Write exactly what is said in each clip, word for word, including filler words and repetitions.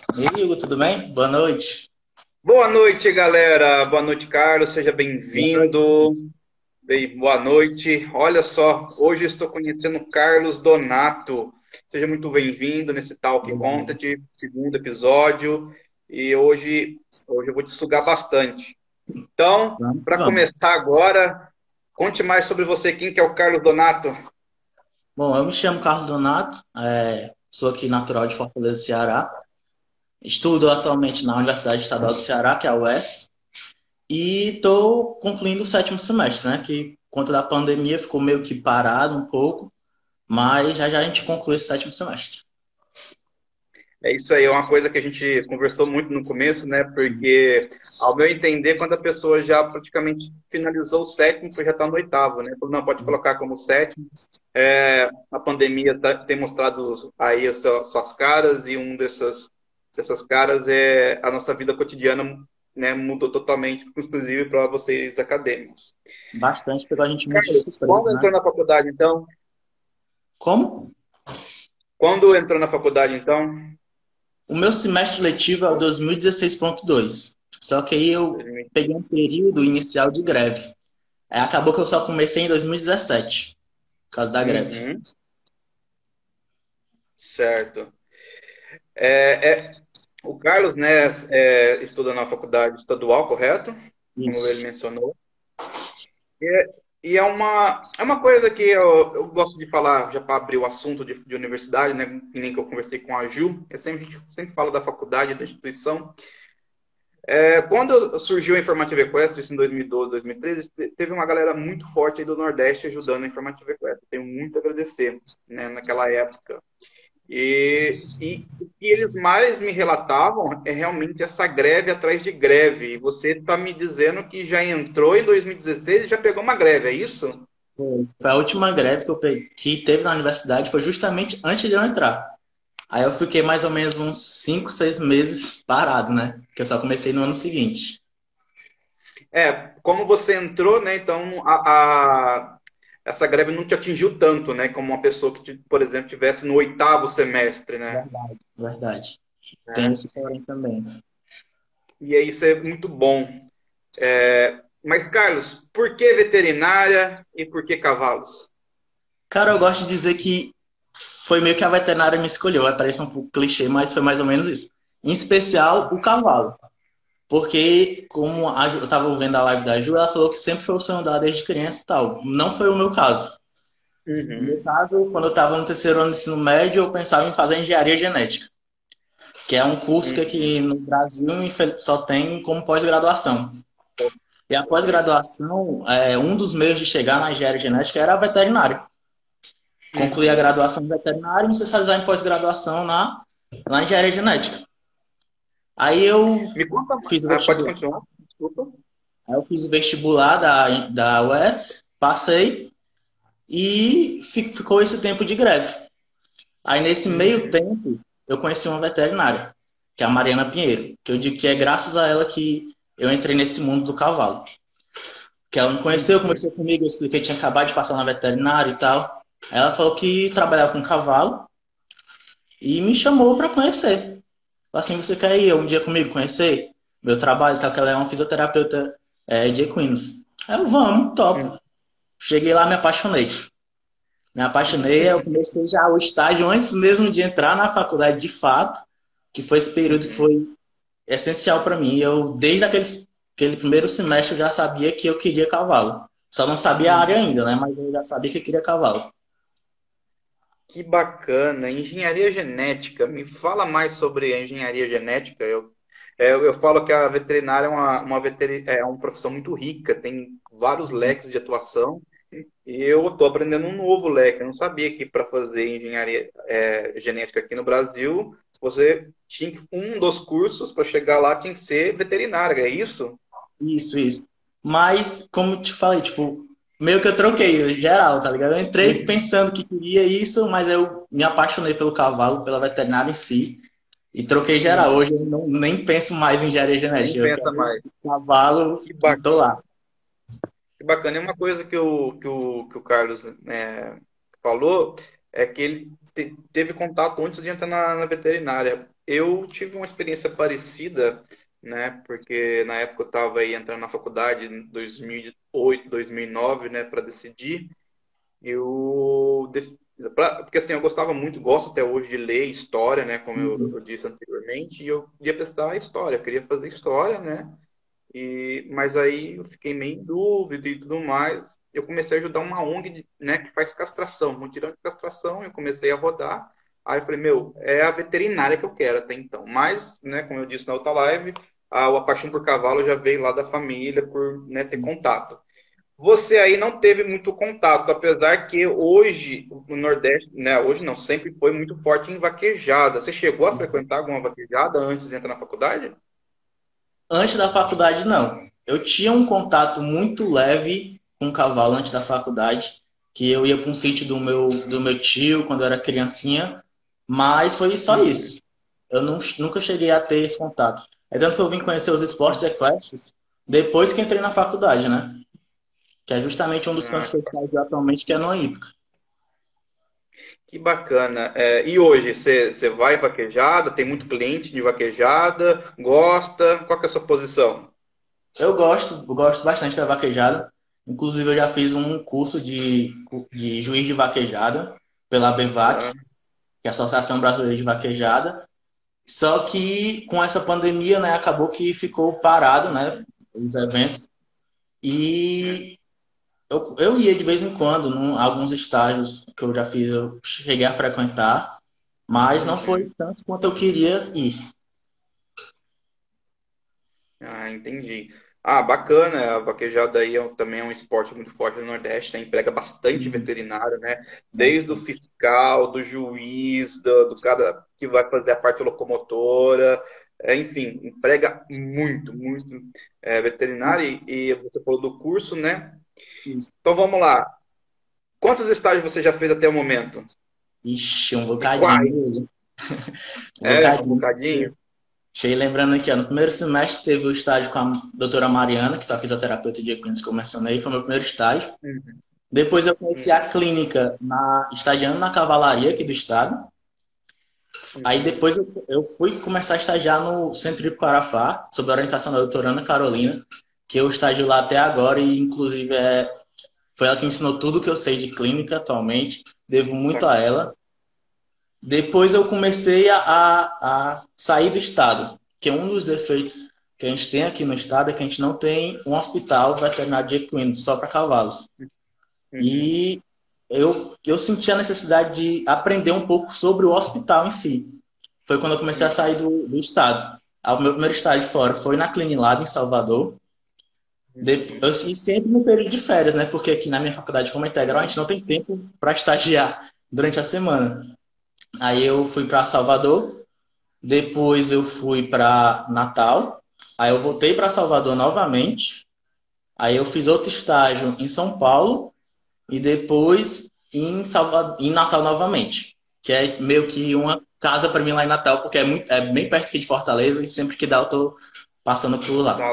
E aí, Hugo, tudo bem? Boa noite. Boa noite, galera. Boa noite, Carlos. Seja Boa noite. bem-vindo. Bem, boa noite. Olha só, hoje eu estou conhecendo Carlos Donato. Seja muito bem-vindo nesse Talk Obrigado. Content, segundo episódio. E hoje, hoje eu vou te sugar bastante. Então, Vamos que para vamos. começar agora, conte mais sobre você. Quem que é o Carlos Donato? Bom, eu me chamo Carlos Donato, é, sou aqui natural de Fortaleza, Ceará. Estudo atualmente na Universidade Estadual do Ceará, que é a U E S, e estou concluindo o sétimo semestre, né? Que, por conta da pandemia, ficou meio que parado um pouco, mas já já a gente conclui esse sétimo semestre. É isso aí, é uma coisa que a gente conversou muito no começo, né? Porque, ao meu entender, quando a pessoa já praticamente finalizou o sétimo, já está no oitavo, né? Falou, não, pode colocar como sétimo. É, a pandemia tá- tem mostrado aí as suas suas caras, e um dessas, dessas caras é a nossa vida cotidiana, né? Mudou totalmente, inclusive para vocês acadêmicos. Bastante, pegou a gente muito de Carlos, surpresa, quando né? entrou na faculdade, então? Como? Quando entrou na faculdade, então? O meu semestre letivo é o dois mil e dezesseis ponto dois. Só que aí eu peguei um período inicial de greve. Aí acabou que eu só comecei em dois mil e dezessete, por causa da greve. Uhum, certo. É, é, o Carlos, né, é, estuda na faculdade estadual, correto? Como ele Isso. mencionou. E é, e é uma, é uma coisa que eu, eu gosto de falar, já para abrir o assunto de, de universidade, né, que nem que eu conversei com a Ju, eu sempre, a gente sempre fala da faculdade, da instituição. É, quando surgiu a Informativa Equestre, isso em dois mil e doze, dois mil e treze, te- teve uma galera muito forte aí do Nordeste ajudando a Informativa Equestre. Tenho muito a agradecer, né, naquela época. E, e o que eles mais me relatavam é realmente essa greve atrás de greve. E você está me dizendo que já entrou em dois mil e dezesseis e já pegou uma greve, é isso? Foi Foi a última greve que, eu peguei, que teve na universidade, foi justamente antes de eu entrar. Aí eu fiquei mais ou menos uns cinco, seis meses parado, né? Que eu só comecei no ano seguinte. É, como você entrou, né? Então a, a- essa greve não te atingiu tanto, né? Como uma pessoa que, por exemplo, tivesse no oitavo semestre, né? Verdade, verdade. Tem É. esse porém também. E aí isso é muito bom. É, mas, Carlos, por que veterinária e por que cavalos? Cara, eu gosto de dizer que foi meio que a veterinária me escolheu. Vai parecer um pouco clichê, mas foi mais ou menos isso. Em especial, o cavalo. Porque, como a Ju- eu estava ouvindo a live da Ju, ela falou que sempre foi o sonho dela desde criança e tal. Não foi o meu caso. No meu Uhum. caso, quando eu estava no terceiro ano do ensino médio, eu pensava em fazer engenharia genética, que é um curso que Uhum. aqui no Brasil infel- só tem como pós-graduação. E a Sim. pós-graduação, é, um dos meios de chegar na engenharia genética era a veterinária. Concluir a Uhum. graduação em veterinária e me especializar em pós-graduação na, na engenharia genética. Aí eu Me conta fiz mais. o Ah, pode vestibular. continuar? Desculpa. Aí eu fiz o vestibular da, da U E S, passei e fi- ficou esse tempo de greve. Aí nesse meio Uhum. tempo, eu conheci uma veterinária, que é a Mariana Pinheiro, que eu digo que é graças a ela que eu entrei nesse mundo do cavalo. Que ela me conheceu, Uhum. conversou comigo, eu expliquei que tinha acabado de passar na veterinária e tal. Aí ela falou que trabalhava com cavalo e me chamou para conhecer. Falou assim, você quer ir um dia comigo conhecer meu trabalho e tal, que ela é uma fisioterapeuta é, de equinos. Aí eu, vamos, Uhum. top. Cheguei lá, me apaixonei. Me apaixonei, eu comecei já o estágio antes mesmo de entrar na faculdade de fato, que foi esse período que Uhum. foi essencial para mim. Eu, desde aquele, aquele primeiro semestre, eu já sabia que eu queria cavalo. Só não sabia a área Uhum. ainda, né? Mas eu já sabia que eu queria cavalo. Que bacana. Engenharia genética. Me fala mais sobre a engenharia genética. Eu, é, eu, eu falo que a veterinária é uma, uma, veteri- é uma profissão muito rica, tem vários leques de atuação, e eu estou aprendendo um novo leque. Eu não sabia que para fazer engenharia é, genética aqui no Brasil, você tinha que, um dos cursos para chegar lá tinha que ser veterinária, é isso? Isso, isso. Mas, como eu te falei, tipo, meio que eu troquei, geral, tá ligado? Eu entrei Uhum. pensando que queria isso, mas eu me apaixonei pelo cavalo, pela veterinária em si, e troquei geral. Uhum. Hoje eu não, nem penso mais em engenharia Nem genética. Eu pensa quero mais. cavalo Que e tô bacana. lá. Que bacana. E uma coisa que o, que o, que o Carlos é, falou é que ele te- teve contato antes de entrar na, na veterinária. eu tive uma experiência parecida, né? Porque na época eu estava aí entrando na faculdade em dois mil e oito, dois mil e nove, né? Para decidir. Eu, def- pra- porque assim, eu gostava muito, gosto até hoje de ler história, né? Como eu, Uhum. eu disse anteriormente, e eu ia prestar história, eu queria fazer história, né? E, mas aí eu fiquei meio em dúvida e tudo mais. Eu comecei a ajudar uma O N G, de- né, que faz castração, mutirão de castração. Eu comecei a rodar. Aí eu falei, meu, é a veterinária que eu quero até então. Mas, né, como eu disse na outra live, a, a paixão por cavalo já veio lá da família, por, né, ter Sim. contato. Você aí não teve muito contato, apesar que hoje, no Nordeste, né, hoje não, sempre foi muito forte em vaquejada. Você chegou a frequentar alguma vaquejada antes de entrar na faculdade? Antes da faculdade, não. Eu tinha um contato muito leve com o cavalo antes da faculdade, que eu ia para um sítio do meu, do meu tio quando eu era criancinha, mas foi só Uhum. isso. Eu não, nunca cheguei a ter esse contato. É tanto que eu vim conhecer os esportes equestres depois que entrei na faculdade, né? Que é justamente um dos Ah, cantos que eu faço atualmente, que é no hípica. que bacana. É, e hoje, você você vai vaquejada? Tem muito cliente de vaquejada? Gosta? Qual que é a sua posição? Eu gosto, eu gosto bastante da vaquejada. Inclusive, eu já fiz um curso de, de juiz de vaquejada pela ABVAC, Ah, que é a Associação Brasileira de Vaquejada. Só que com essa pandemia, né, acabou que ficou parado, né, os eventos. E eu, eu ia de vez em quando, em alguns estágios que eu já fiz, eu cheguei a frequentar, mas não foi uhum. tanto quanto eu queria ir. Ah, entendi. Ah, bacana. A vaquejada aí é um- também é um esporte muito forte no Nordeste, né? Emprega bastante Uhum. veterinário, né? Desde o fiscal, do juiz, do, do cara que vai fazer a parte locomotora, é, enfim, emprega muito, muito é, veterinário. E, e você falou do curso, né? Isso. Então vamos lá. Quantos estágios você já fez até o momento? Ixi, um E quais? bocadinho, um É, um bocadinho. bocadinho. Cheguei lembrando aqui, ó, no primeiro semestre teve o estágio com a doutora Mariana, que foi a fisioterapeuta de equinos que eu mencionei, foi meu primeiro estágio. Uhum, Depois eu conheci a uhum, clínica na, estagiando na cavalaria aqui do estado. Aí uhum. depois eu, eu fui começar a estagiar no Centro de Carafá, sob a orientação da doutora Ana Carolina, que eu estagio lá até agora e inclusive é, foi ela que me ensinou tudo que eu sei de clínica atualmente. Devo muito a Bacana. ela. Depois eu comecei a, a, a sair do estado, que é um dos defeitos que a gente tem aqui no estado é que a gente não tem um hospital veterinário de equinos só para cavalos. Uhum, E eu, eu senti a necessidade de aprender um pouco sobre o hospital em si. Foi quando eu comecei a uhum, sair do, do estado. Ah, o meu primeiro estágio fora foi na Clinilab, em Salvador. uhum. Depois, e sempre no período de férias, né? Porque aqui na minha faculdade, como é integral, a gente não tem tempo para estagiar durante a semana. Aí eu fui para Salvador, depois eu fui para Natal, aí eu voltei para Salvador novamente, aí eu fiz outro estágio em São Paulo e depois em, Salvador, em Natal novamente, que é meio que uma casa para mim lá em Natal, porque é, muito, é bem perto aqui de Fortaleza e sempre que dá eu tô passando por lá. Tá.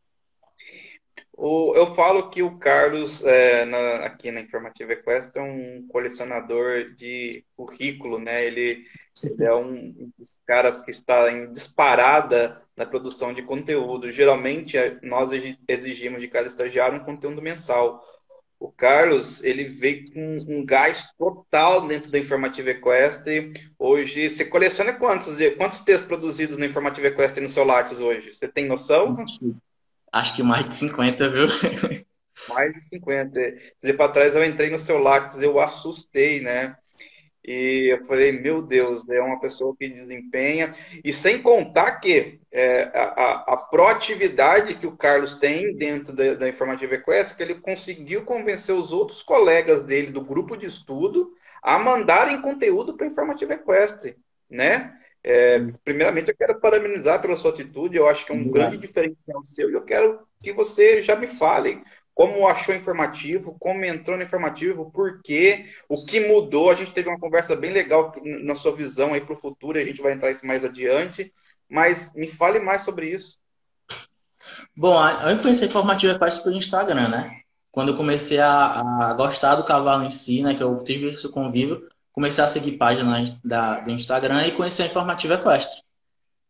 O, eu falo que o Carlos, é, na- aqui na Informativa Equestre, é um colecionador de currículo, né? Ele, ele é um dos caras que está em disparada na produção de conteúdo. Geralmente, é, nós exi- exigimos de cada estagiário um conteúdo mensal. O Carlos, ele veio com um gás total dentro da Informativa Equestre. Hoje, você coleciona quantos, quantos textos produzidos na Informativa Equestre no seu Lattes hoje? Você tem noção? Acho que mais de cinquenta, viu? Mais de cinquenta. Esse dia para trás eu entrei no seu Lattes, eu assustei, né? E eu falei, meu Deus, é uma pessoa que desempenha. E sem contar que é, a, a, a proatividade que o Carlos tem dentro da, da Informativa Equestre, que ele conseguiu convencer os outros colegas dele do grupo de estudo a mandarem conteúdo para a Informativa Equestre, né? É, primeiramente, eu quero parabenizar pela sua atitude, eu acho que é um grande Obrigado. diferencial seu, e eu quero que você já me fale como achou informativo, como entrou no informativo, por quê, o que mudou. A gente teve uma conversa bem legal na sua visão aí para o futuro, a gente vai entrar isso mais adiante, mas me fale mais sobre isso. Bom, a- eu conheci a informativa quase pelo Instagram, né? Quando eu comecei a, a gostar do cavalo em si, né? Que eu tive esse convívio, comecei a seguir páginas da, do Instagram e conheci a informativa equestre.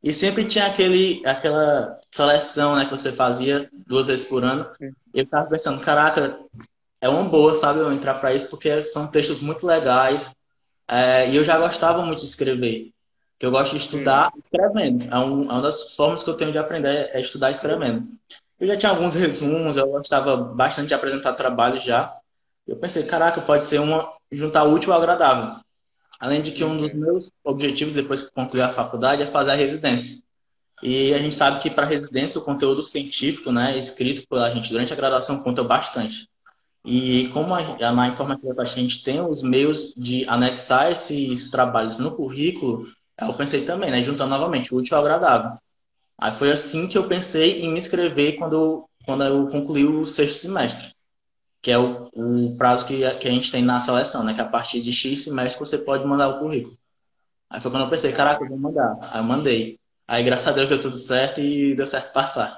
E sempre tinha aquele, aquela seleção, né, que você fazia duas vezes por ano. E eu ficava pensando, caraca, é uma boa, sabe, eu entrar para isso, porque são textos muito legais. É, e eu já gostava muito de escrever. Que eu gosto de Uhum. estudar escrevendo. É, um, é uma das formas que eu tenho de aprender é estudar escrevendo. Eu já tinha alguns resumos, eu gostava bastante de apresentar trabalho já. Eu pensei, caraca, pode ser uma juntar útil ao agradável. Além de que um dos Uhum. meus objetivos depois que concluir a faculdade é fazer a residência. E a gente sabe que para residência o conteúdo científico, né, escrito pela gente durante a graduação conta bastante. E como a, na informativa a gente tem os meios de anexar esses trabalhos no currículo, eu pensei também, né, juntando novamente o útil ao agradável. Aí foi assim que eu pensei em me inscrever quando, quando eu concluí o sexto semestre, que é o, o prazo que, a- que a gente tem na seleção, né, que a partir de X semestre você pode mandar o currículo. Aí foi quando eu pensei, Ah, caraca, eu vou mandar. Aí eu mandei. Aí graças a Deus deu tudo certo e deu certo passar.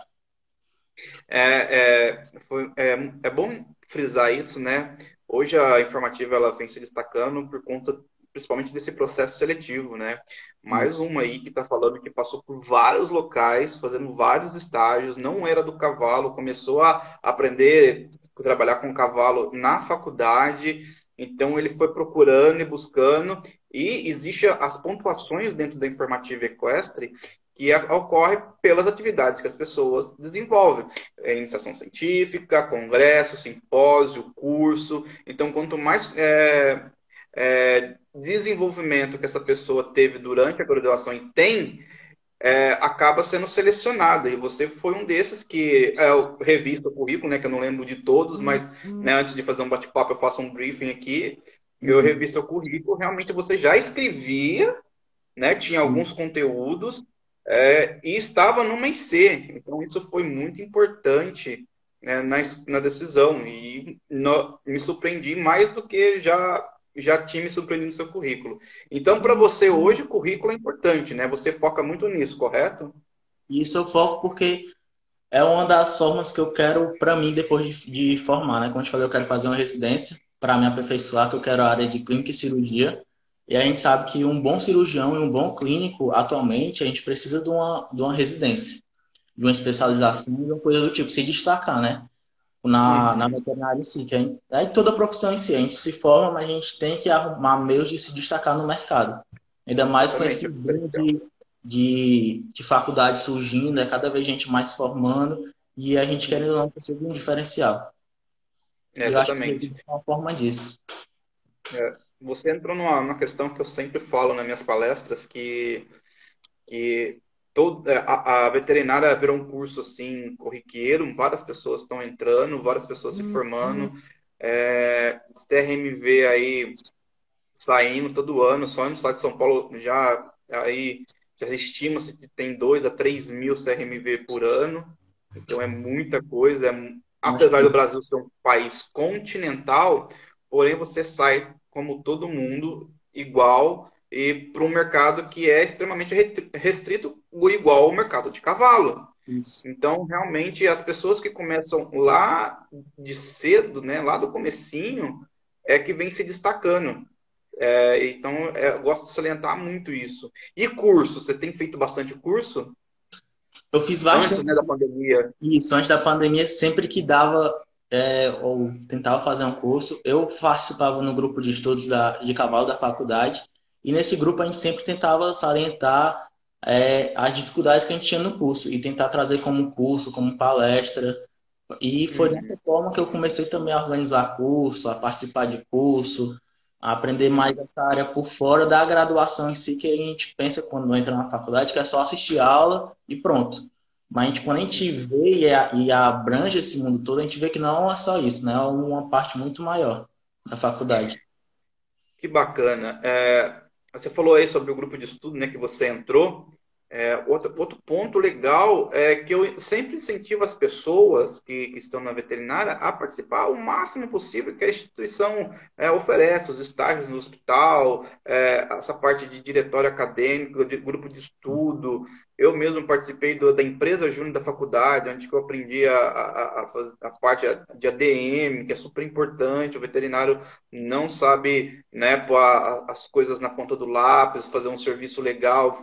É, é, foi- é, é bom frisar isso, né? Hoje a informativa ela vem se destacando por conta, principalmente desse processo seletivo, né? Mais Isso. uma aí que está falando que passou por vários locais, fazendo vários estágios, não era do cavalo, começou a aprender a trabalhar com cavalo na faculdade, então ele foi procurando e buscando, e existe as pontuações dentro da informativa equestre que ocorre pelas atividades que as pessoas desenvolvem é, iniciação científica, congresso, simpósio, curso. Então, quanto mais é, é, desenvolvimento que essa pessoa teve durante a graduação e tem, é, acaba sendo selecionada. E você foi um desses que é, eu revisto o currículo, né, que eu não lembro de todos, mas né, antes de fazer um bate-papo, eu faço um briefing aqui. Eu Uhum. revisto o currículo, realmente você já escrevia, né, tinha alguns conteúdos é, e estava no M E C. Então, isso foi muito importante né, na, na decisão. E no, me surpreendi mais do que já, já tinha me surpreendido no seu currículo. Então, para você hoje, o currículo é importante, né? Você foca muito nisso, correto? E isso eu foco porque é uma das formas que eu quero para mim depois de, de formar, né? Como eu te falei, eu quero fazer uma residência para me aperfeiçoar, que eu quero a área de clínica e cirurgia. E a gente sabe que um bom cirurgião e um bom clínico, atualmente, a gente precisa de uma, de uma residência, de uma especialização, de uma coisa do tipo, se destacar, né? Na, na Uhum, veterinária em si, que a gente, é toda a profissão em si, a gente se forma, mas a gente tem que arrumar meios de se destacar no mercado. Ainda mais com exatamente, esse é o boom diferencial. de, de, de faculdade surgindo, é cada vez gente mais se formando, e a gente, querendo ou Uhum, não, precisa de um diferencial. é, E eu acho que exatamente. resíduo é uma forma disso. É, você entrou numa, numa questão que eu sempre falo nas minhas palestras, que que todo, é, a, a veterinária virou um curso assim corriqueiro, várias pessoas estão entrando, várias pessoas se formando, é, C R M V aí saindo todo ano, só no estado de São Paulo já aí já estima-se que tem dois a três mil C R M V por ano, então é muita coisa, é, apesar do Bastante. Brasil ser um país continental, porém você sai como todo mundo igual e para um mercado que é extremamente restrito, igual ao mercado de cavalo. Isso. Então, realmente, as pessoas que começam lá de cedo, né, lá do comecinho, é que vem se destacando. É, então, é, eu gosto de salientar muito isso. E curso? Você tem feito bastante curso? Eu fiz Antes, bastante né, da pandemia? isso, antes da pandemia, sempre que dava, é, ou tentava fazer um curso, eu participava no grupo de estudos da, de cavalo da faculdade, e nesse grupo a gente sempre tentava salientar, é, as dificuldades que a gente tinha no curso, e tentar trazer como curso, como palestra, e foi dessa Uhum, forma que eu comecei também a organizar curso, a participar de curso, a aprender mais uhum. essa área por fora da graduação em si, que a gente pensa quando entra na faculdade, que é só assistir a aula e pronto. Mas a gente, quando a gente vê e, a- e abrange esse mundo todo, a gente vê que não é só isso, né? É uma parte muito maior da faculdade. Que bacana. É, você falou aí sobre o grupo de estudo, né, que você entrou. É, outro, outro ponto legal é que eu sempre incentivo as pessoas que, que estão na veterinária a participar o máximo possível que a instituição é, oferece, os estágios no hospital, é, essa parte de diretório acadêmico, de grupo de estudo. Eu mesmo participei do, da empresa júnior da faculdade, onde eu aprendi a, a, a, fazer a parte de A D M, que é super importante. O veterinário não sabe, né, pôr a- as coisas na ponta do lápis, fazer um serviço legal,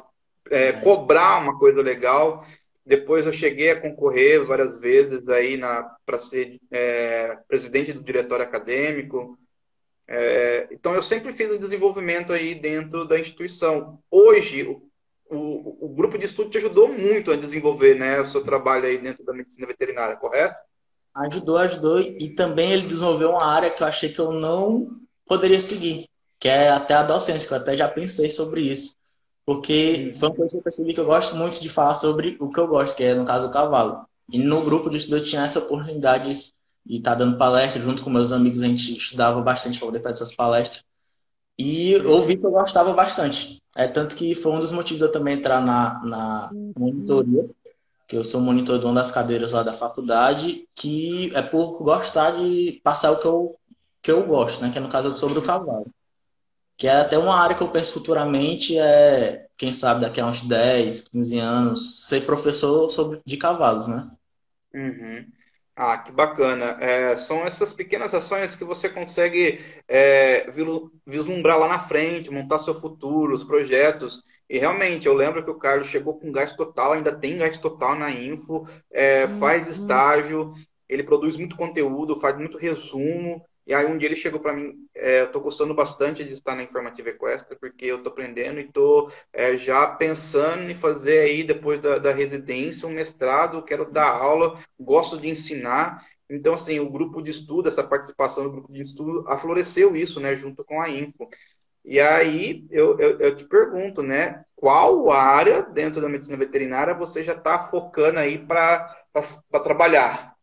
é, Verdade. cobrar uma coisa legal. Depois eu cheguei a concorrer várias vezes aí para ser é, presidente do diretório acadêmico. É, então eu sempre fiz o desenvolvimento aí dentro da instituição. Hoje o, o, o grupo de estudo te ajudou muito a desenvolver, né, o seu trabalho aí dentro da medicina veterinária, correto? Ajudou, ajudou. E também ele desenvolveu uma área que eu achei que eu não poderia seguir, que é até a docência, que eu até já pensei sobre isso. Porque foi uma Uhum. coisa que eu percebi que eu gosto muito de falar sobre o que eu gosto, que é, no caso, o cavalo. E no grupo de estudo eu tinha essa oportunidade de estar dando palestra junto com meus amigos, a gente estudava bastante para poder fazer essas palestras. E ouvi que eu gostava bastante. É tanto que foi um dos motivos de eu também entrar na, na monitoria, que eu sou monitor de uma das cadeiras lá da faculdade, que é por gostar de passar o que eu, que eu gosto, né? Que é no caso sobre o cavalo. Que é até uma área que eu penso futuramente, é, quem sabe daqui a uns dez quinze anos, ser professor sobre, de cavalos, né? Uhum. Ah, que bacana. É, são essas pequenas ações que você consegue é, vilu- vislumbrar lá na frente, montar seu futuro, os projetos. E realmente, eu lembro que o Carlos chegou com gás total, ainda tem gás total na Info, é, faz estágio, ele produz muito conteúdo, faz muito resumo. E aí um dia ele chegou para mim, é, eu estou gostando bastante de estar na Informativa Equestre, porque eu estou aprendendo e estou é, já pensando em fazer aí, depois da, da residência, um mestrado, quero dar aula, gosto de ensinar. Então, assim, o grupo de estudo, essa participação do grupo de estudo, afloreceu isso, né, junto com a Info. E aí, eu, eu, eu te pergunto, né, qual área dentro da medicina veterinária você já está focando aí para trabalhar?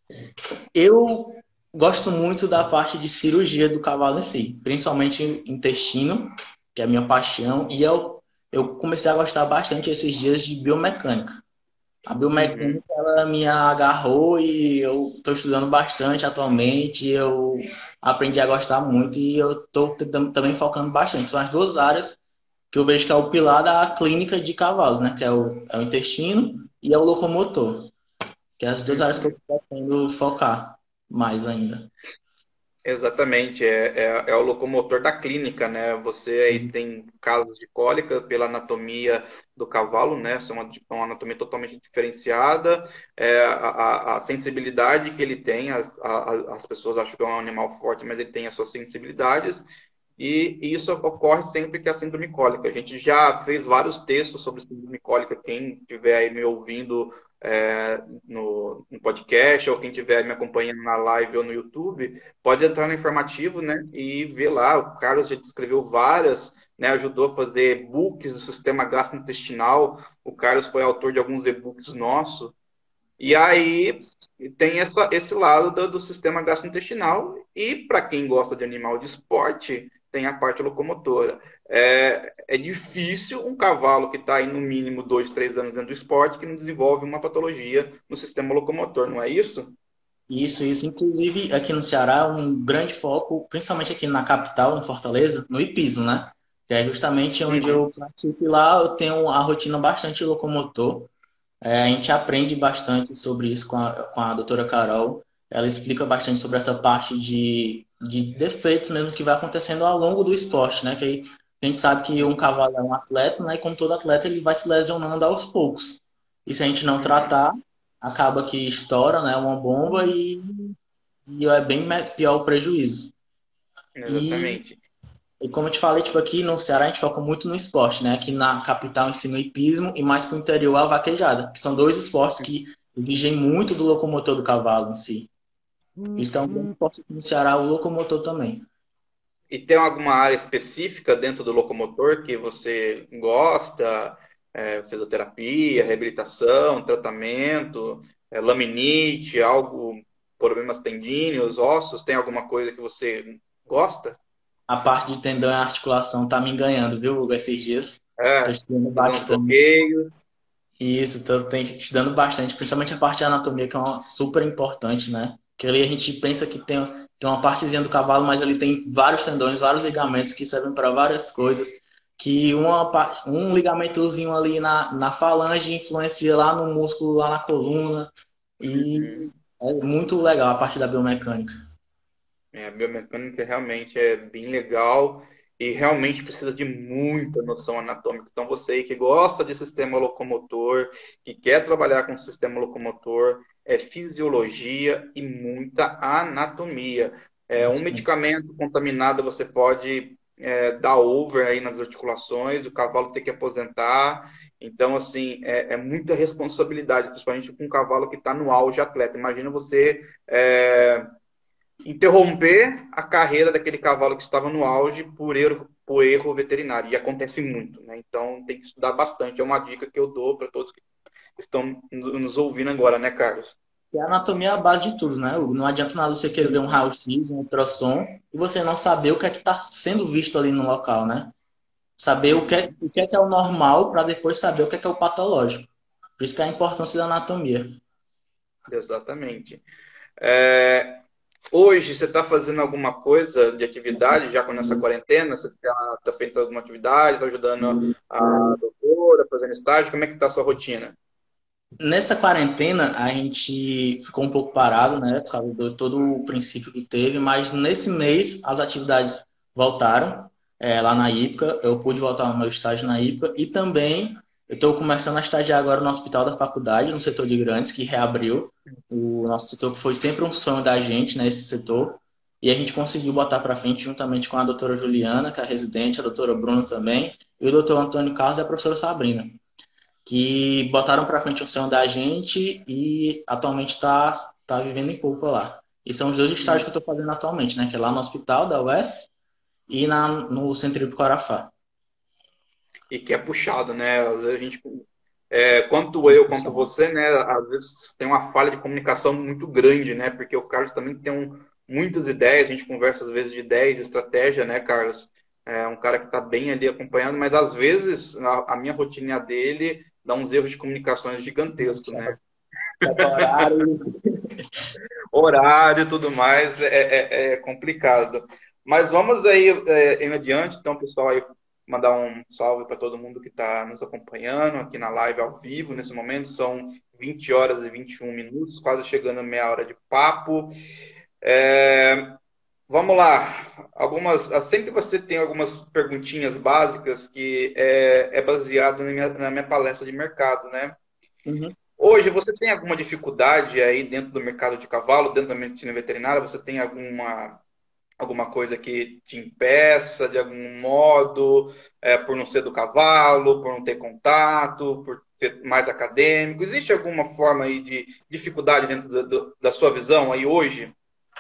Eu gosto muito da parte de cirurgia do cavalo em si, principalmente intestino, que é a minha paixão, e eu, eu comecei a gostar bastante esses dias de biomecânica. A Uhum. biomecânica, ela me agarrou e eu estou estudando bastante atualmente. Eu aprendi a gostar muito e eu estou também focando bastante. São as duas áreas que eu vejo que é o pilar da clínica de cavalos, né? Que é o, é o intestino e é o locomotor, que é as duas áreas que eu Uhum. pretendo focar mais ainda. Exatamente, é, é, é o locomotor da clínica, né? Você aí tem casos de cólica pela anatomia do cavalo, né? Isso é uma, uma anatomia totalmente diferenciada, é, a, a- a sensibilidade que ele tem, as, a- as pessoas acham que é um animal forte, mas ele tem as suas sensibilidades, e, e isso ocorre sempre que é a síndrome cólica. A gente já fez vários textos sobre síndrome cólica, quem estiver aí me ouvindo é, no, no podcast, ou quem estiver me acompanhando na live ou no YouTube, pode entrar no informativo, né, e ver lá. O Carlos já descreveu várias, né, ajudou a fazer e-books do sistema gastrointestinal. O Carlos foi autor de alguns e-books nossos. E aí tem essa, esse lado do, do sistema gastrointestinal. E para quem gosta de animal de esporte, tem a parte locomotora. É, é difícil um cavalo que está aí no mínimo dois, três anos dentro do esporte que não desenvolve uma patologia no sistema locomotor, não é isso? Isso, isso. Inclusive, aqui no Ceará, um grande foco, principalmente aqui na capital, em Fortaleza, no hipismo, né? Que é justamente onde Uhum. eu pratico e lá eu tenho a rotina bastante locomotor. É, a gente aprende bastante sobre isso com a, com a doutora Carol. Ela explica bastante sobre essa parte de, de defeitos mesmo que vai acontecendo ao longo do esporte, né? Que aí a gente sabe que um cavalo é um atleta, né? E como todo atleta, ele vai se lesionando aos poucos. E se a gente não Uhum. tratar, acaba que estoura, né? Uma bomba e, e é bem me- pior o prejuízo. E, Exatamente. e como eu te falei, tipo, aqui no Ceará a gente foca muito no esporte, né? Aqui na capital ensina o hipismo e mais pro interior a vaquejada, que são dois esportes que exigem muito do locomotor do cavalo em si. Por isso que é um grande esporte aqui no Ceará, o locomotor também. E tem alguma área específica dentro do locomotor que você gosta? É, fisioterapia, reabilitação, tratamento, é, laminite, algo, problemas tendíneos, ossos? Tem alguma coisa que você gosta? A parte de tendão e articulação tá me enganhando, viu, Hugo, esses dias. Tô É, estudando fazer uns bastante. bloqueios. Isso, tô tem- estudando bastante, principalmente a parte de anatomia, que é uma, super importante, né? Que ali a gente pensa que tem, tem uma partezinha do cavalo, mas ali tem vários tendões, vários ligamentos que servem para várias coisas. Que uma, par- um ligamentozinho ali na, na falange influencia lá no músculo, lá na coluna. E Uhum. é muito legal a parte da biomecânica. É, a biomecânica realmente é bem legal. e realmente precisa de muita noção anatômica. Então, você aí que gosta de sistema locomotor, que quer trabalhar com sistema locomotor, é fisiologia e muita anatomia. É, um medicamento contaminado você pode é, dar over aí nas articulações, o cavalo tem que aposentar. Então, assim, é, é muita responsabilidade, principalmente com um cavalo que está no auge atleta. Imagina você é, interromper a carreira daquele cavalo que estava no auge por erro, por erro veterinário. E acontece muito, né? Então tem que estudar bastante. É uma dica que eu dou para todos que estão nos ouvindo agora, né, Carlos? E a anatomia é a base de tudo, né? Não adianta nada você querer ver um raio-x, um ultrassom, e você não saber o que é que está sendo visto ali no local, né? Saber o que é, Uhum. o que é, que é o normal para depois saber o que é, que é o patológico. Por isso que é a importância da anatomia. Exatamente. É, hoje você está fazendo alguma coisa de atividade já com essa quarentena? Você está feito alguma atividade, está ajudando a doutora, fazendo estágio? Como é que está a sua rotina? Nessa quarentena, a gente ficou um pouco parado, né? Por causa de todo o princípio que teve, mas nesse mês as atividades voltaram, é, lá na IPCA. Eu pude voltar ao meu estágio na IPCA e também eu estou começando a estagiar agora no hospital da faculdade, no setor de grandes, que reabriu. O nosso setor que foi sempre um sonho da gente, né? Esse setor. E a gente conseguiu botar para frente juntamente com a doutora Juliana, que é a residente, a doutora Bruna também, e o doutor Antônio Carlos e a professora Sabrina, que botaram para frente o sonho da gente e atualmente está tá vivendo em Culpa lá. E são os dois estágios que eu estou fazendo atualmente, né? Que é lá no hospital da U E S e na, no Centro do Corafá. E que é puxado, né? Às vezes a gente, é, quanto eu, quanto você, né? Às vezes tem uma falha de comunicação muito grande, né? Porque o Carlos também tem um, muitas ideias, a gente conversa às vezes de ideias, de estratégia, né, Carlos? É um cara que está bem ali acompanhando, mas às vezes a, a minha rotina dele dá uns erros de comunicações gigantescos, né? Horário. Horário e tudo mais é, é, é complicado. Mas vamos aí é, em adiante, então, pessoal, aí mandar um salve para todo mundo que está nos acompanhando aqui na live ao vivo nesse momento. São vinte horas e vinte e um minutos, quase chegando a meia hora de papo. É, vamos lá. Algumas, sempre você tem algumas perguntinhas básicas que é, é baseado na minha, na minha palestra de mercado, né? Uhum. Hoje, você tem alguma dificuldade aí dentro do mercado de cavalo, dentro da medicina veterinária? Você tem alguma, alguma coisa que te impeça de algum modo, é, por não ser do cavalo, por não ter contato, por ser mais acadêmico? Existe alguma forma aí de dificuldade dentro do, do, da sua visão aí hoje?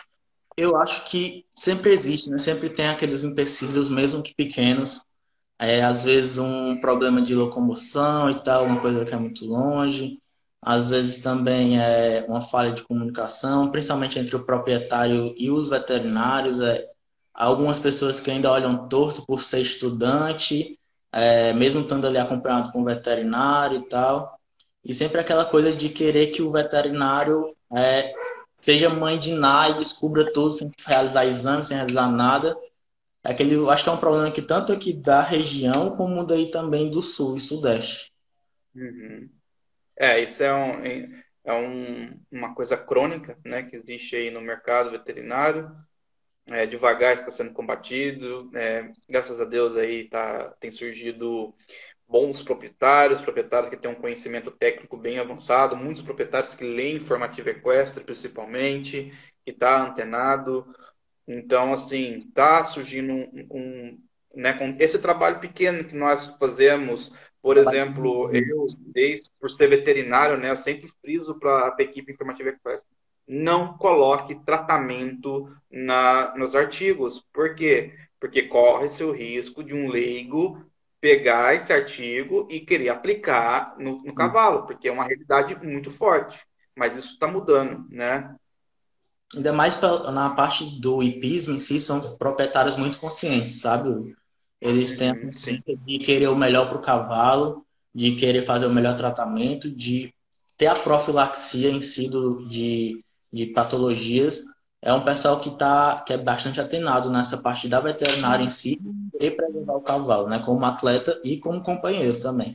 Eu acho que sempre existe, né? Sempre tem aqueles empecilhos, mesmo que pequenos. É, às vezes um problema de locomoção e tal, uma coisa que é muito longe. Às vezes também é uma falha de comunicação, principalmente entre o proprietário e os veterinários. É, algumas pessoas que ainda olham torto por ser estudante, é, mesmo estando ali acompanhado com o veterinário e tal. E sempre aquela coisa de querer que o veterinário é, seja mãe de Ná e descubra tudo sem realizar exame, sem realizar nada. É aquele, eu acho que é um problema que tanto aqui da região como daí também do sul e sudeste. Uhum. É, isso é, um, é um, uma coisa crônica, né, que existe aí no mercado veterinário. É, devagar está sendo combatido. É, graças a Deus aí tá, tem surgido bons proprietários, proprietários que têm um conhecimento técnico bem avançado, muitos proprietários que leem informativo equestre, principalmente, que está antenado. Então, assim, está surgindo um, um, né, com esse trabalho pequeno que nós fazemos, por exemplo, eu, desde por ser veterinário, né, eu sempre friso para a equipe informativa equestre. Não coloque tratamento na, nos artigos. Por quê? Porque corre-se o risco de um leigo pegar esse artigo e querer aplicar no, no cavalo, porque é uma realidade muito forte. Mas isso está mudando, né? Ainda mais pra- na parte do hipismo em si, são proprietários muito conscientes, sabe? Eles têm a Uhum, sim. consciência de querer o melhor para o cavalo, de querer fazer o melhor tratamento, de ter a profilaxia em si do, de, de patologias. É um pessoal que, tá, que é bastante atenado nessa parte da veterinária em si e preservar o cavalo, né? Como atleta e como companheiro também.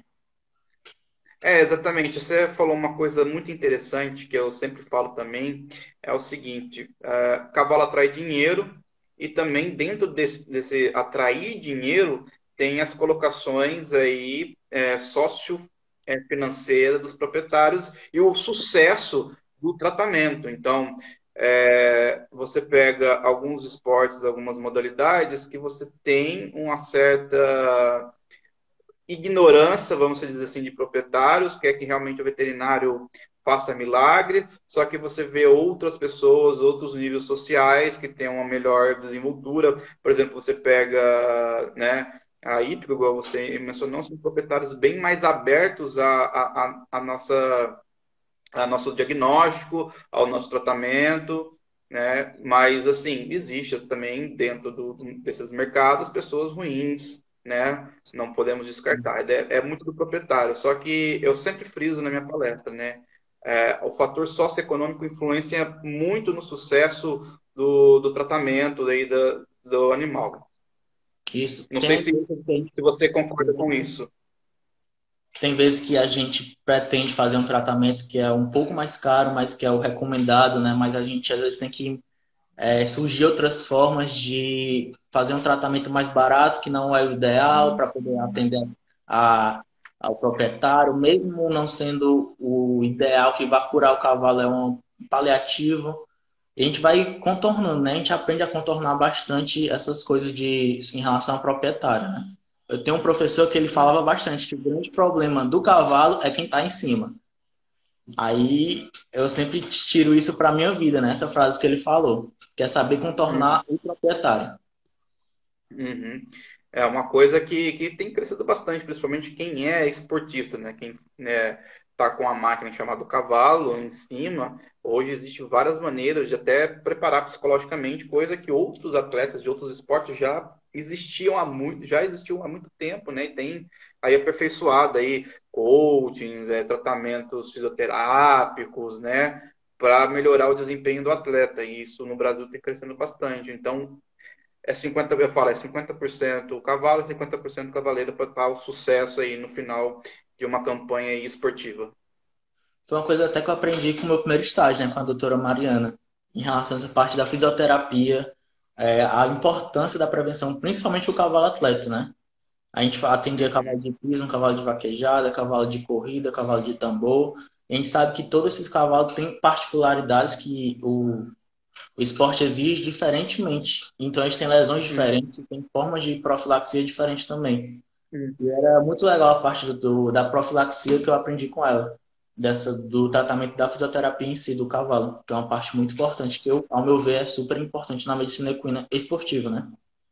É, exatamente. Você falou uma coisa muito interessante que eu sempre falo também, é o seguinte, é, cavalo atrai dinheiro e também dentro desse, desse atrair dinheiro, tem as colocações aí é, sócio é, financeira dos proprietários e o sucesso do tratamento. Então, é, você pega alguns esportes, algumas modalidades que você tem uma certa ignorância, vamos dizer assim, de proprietários, quer que realmente o veterinário faça milagre, só que você vê outras pessoas, outros níveis sociais que têm uma melhor desenvoltura. Por exemplo, você pega, né, a Hípico, igual você mencionou, são proprietários bem mais abertos a, a, a, a nossa, a nosso diagnóstico, ao nosso tratamento, né? Mas, assim, existe também dentro do, desses mercados pessoas ruins, né? Não podemos descartar. É, é muito do proprietário. Só que eu sempre friso na minha palestra, né? É, o fator socioeconômico influencia muito no sucesso do, do tratamento aí da, do animal. Isso. Não sei Tem se, se você concorda com isso. Tem vezes que a gente pretende fazer um tratamento que é um pouco mais caro, mas que é o recomendado, né? Mas a gente às vezes tem que é, surgir outras formas de fazer um tratamento mais barato, que não é o ideal, para poder atender a, ao proprietário, mesmo não sendo o ideal que vai curar o cavalo, é um paliativo. E a gente vai contornando, né? A gente aprende a contornar bastante essas coisas de, em relação ao proprietário, né? Eu tenho um professor que ele falava bastante que o grande problema do cavalo é quem está em cima. Aí eu sempre tiro isso para minha vida, né? Essa frase que ele falou, que é saber contornar o proprietário. Uhum. É uma coisa que, que tem crescido bastante, principalmente quem é esportista, né? Quem né, tá com a máquina chamada cavalo em cima. Hoje existem várias maneiras de até preparar psicologicamente, coisa que outros atletas de outros esportes já existiam há muito, já existiam há muito tempo, né? E tem aí aperfeiçoado aí coachings, é, tratamentos fisioterápicos, né? Para melhorar o desempenho do atleta. E isso no Brasil tem crescendo bastante. Então, é cinquenta, eu falo, é cinquenta por cento cavalo e cinquenta por cento cavaleiro para estar o sucesso aí no final de uma campanha esportiva. Foi uma coisa até que eu aprendi com o meu primeiro estágio, né? Com a doutora Mariana, em relação a essa parte da fisioterapia, é, a importância da prevenção, principalmente o cavalo atleta, né? A gente atendia cavalo de pismo, cavalo de vaquejada, cavalo de corrida, cavalo de tambor. A gente sabe que todos esses cavalos têm particularidades que o, o esporte exige diferentemente. Então, eles têm lesões diferentes, têm formas de profilaxia diferentes também. E era muito legal a parte do, do- da profilaxia que eu aprendi com ela, dessa, do tratamento da fisioterapia em si do cavalo, que é uma parte muito importante, que eu, ao meu ver, é super importante na medicina equina esportiva, né?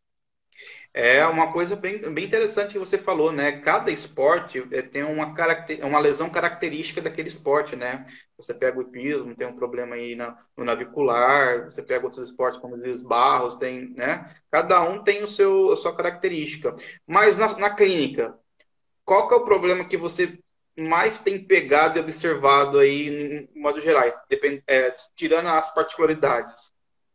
É uma coisa bem, bem interessante que você falou, né? Cada esporte é, tem uma, caracter, uma lesão característica daquele esporte, né? Você pega o hipismo, tem um problema aí na, no navicular, você pega outros esportes como os esbarros, tem, né? Cada um tem o seu, a sua característica. Mas na, na clínica, qual que é o problema que você mais tem pegado e observado aí, em modo geral, depend, é, tirando as particularidades?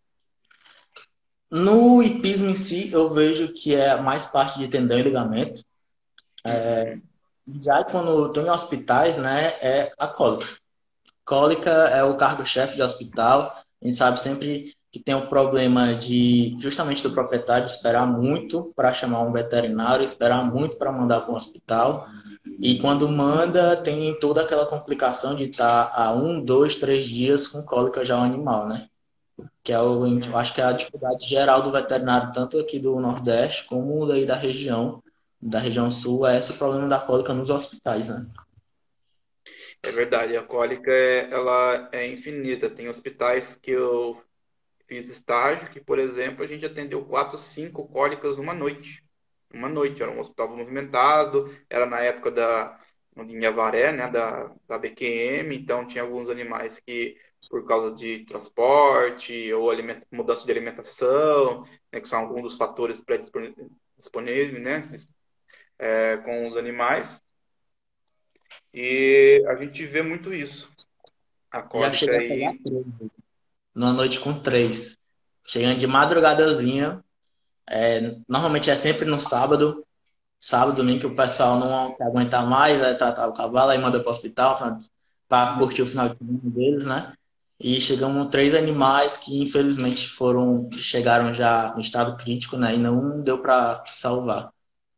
No hipismo em si, eu vejo que é mais parte de tendão e ligamento. Uhum. Já quando estou em hospitais, né, é a cólica. Cólica é o cargo-chefe de hospital. A gente sabe sempre que tem o problema de, justamente do proprietário, esperar muito para chamar um veterinário, esperar muito para mandar para um hospital. E quando manda, tem toda aquela complicação de estar há um, dois, três dias com cólica já o animal, né? Que é o, eu acho que é a dificuldade geral do veterinário, tanto aqui do Nordeste como daí da região, da região Sul, é esse problema da cólica nos hospitais, né? É verdade, a cólica é, ela é infinita. Tem hospitais que eu fiz estágio que, por exemplo, a gente atendeu quatro, cinco cólicas numa noite. Uma noite, era um hospital movimentado, era na época da em Avaré, né, da, da B Q M, então tinha alguns animais que, por causa de transporte ou aliment, mudança de alimentação, né, que são alguns dos fatores predisponíveis, né, é, com os animais, e a gente vê muito isso. A Já cólica cheguei a pegar aí. três, numa noite com três. Chegando de madrugadazinha, é, normalmente é sempre no sábado, sábado, domingo, que o pessoal não quer aguentar mais, aí tratar o cavalo, aí manda para o hospital para curtir o final de semana deles, né? E chegamos três animais que infelizmente foram, chegaram já no estado crítico, né? E não deu para salvar.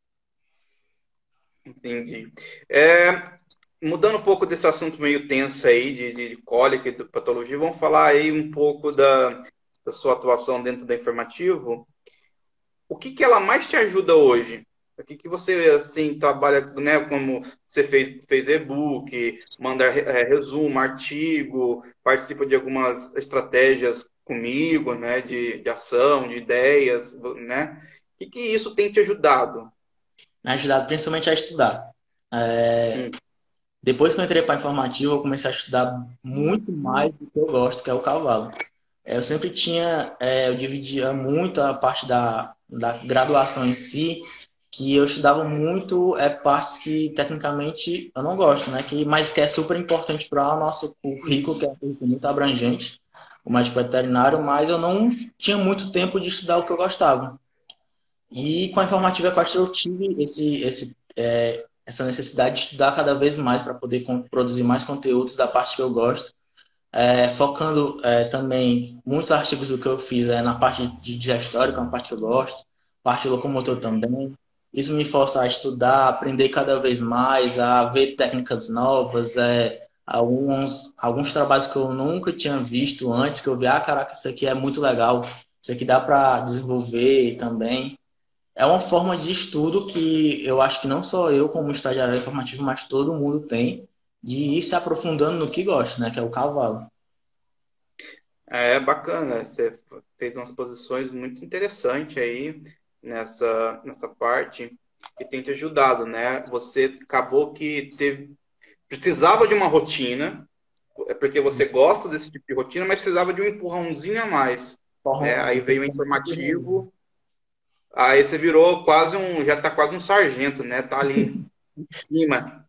Entendi. É, mudando um pouco desse assunto meio tenso aí de, de cólica e de patologia, vamos falar aí um pouco da, da sua atuação dentro da informativo. O que que ela mais te ajuda hoje? O que que você, assim, trabalha, né, como você fez, fez e-book, manda é, resumo, artigo, participa de algumas estratégias comigo, né, de, de ação, de ideias, né? O que que isso tem te ajudado? Me ajudado principalmente a estudar. É, Hum, depois que eu entrei para informativo, eu comecei a estudar muito mais do que eu gosto, que é o cavalo. É, eu sempre tinha, é, eu dividia muito a parte da, da graduação em si, que eu estudava muito é, partes que tecnicamente eu não gosto, né? Que, mas que é super importante para o nosso currículo, que é um currículo muito abrangente, o médico veterinário, mas eu não tinha muito tempo de estudar o que eu gostava. E com a informativa Equestre eu tive esse, esse, é, essa necessidade de estudar cada vez mais para poder con- produzir mais conteúdos da parte que eu gosto, é, focando é, também muitos artigos do que eu fiz é, na parte de digestório, que é uma parte que eu gosto, parte locomotor também. Isso me força a estudar, a aprender cada vez mais, a ver técnicas novas, é, alguns, alguns trabalhos que eu nunca tinha visto antes, que eu vi, ah, caraca, isso aqui é muito legal, isso aqui dá para desenvolver também. É uma forma de estudo que eu acho que não só eu, como estagiário informativo, mas todo mundo tem, de ir se aprofundando no que gosta, né? Que é o cavalo. é bacana, você fez umas posições muito interessantes aí nessa, nessa parte que tem te ajudado, né? Você acabou que teve, precisava de uma rotina, é porque você gosta desse tipo de rotina, mas precisava de um empurrãozinho a mais, né? Forma- Aí veio o informativo, aí você virou quase um, já tá quase um sargento, né? Tá ali em cima.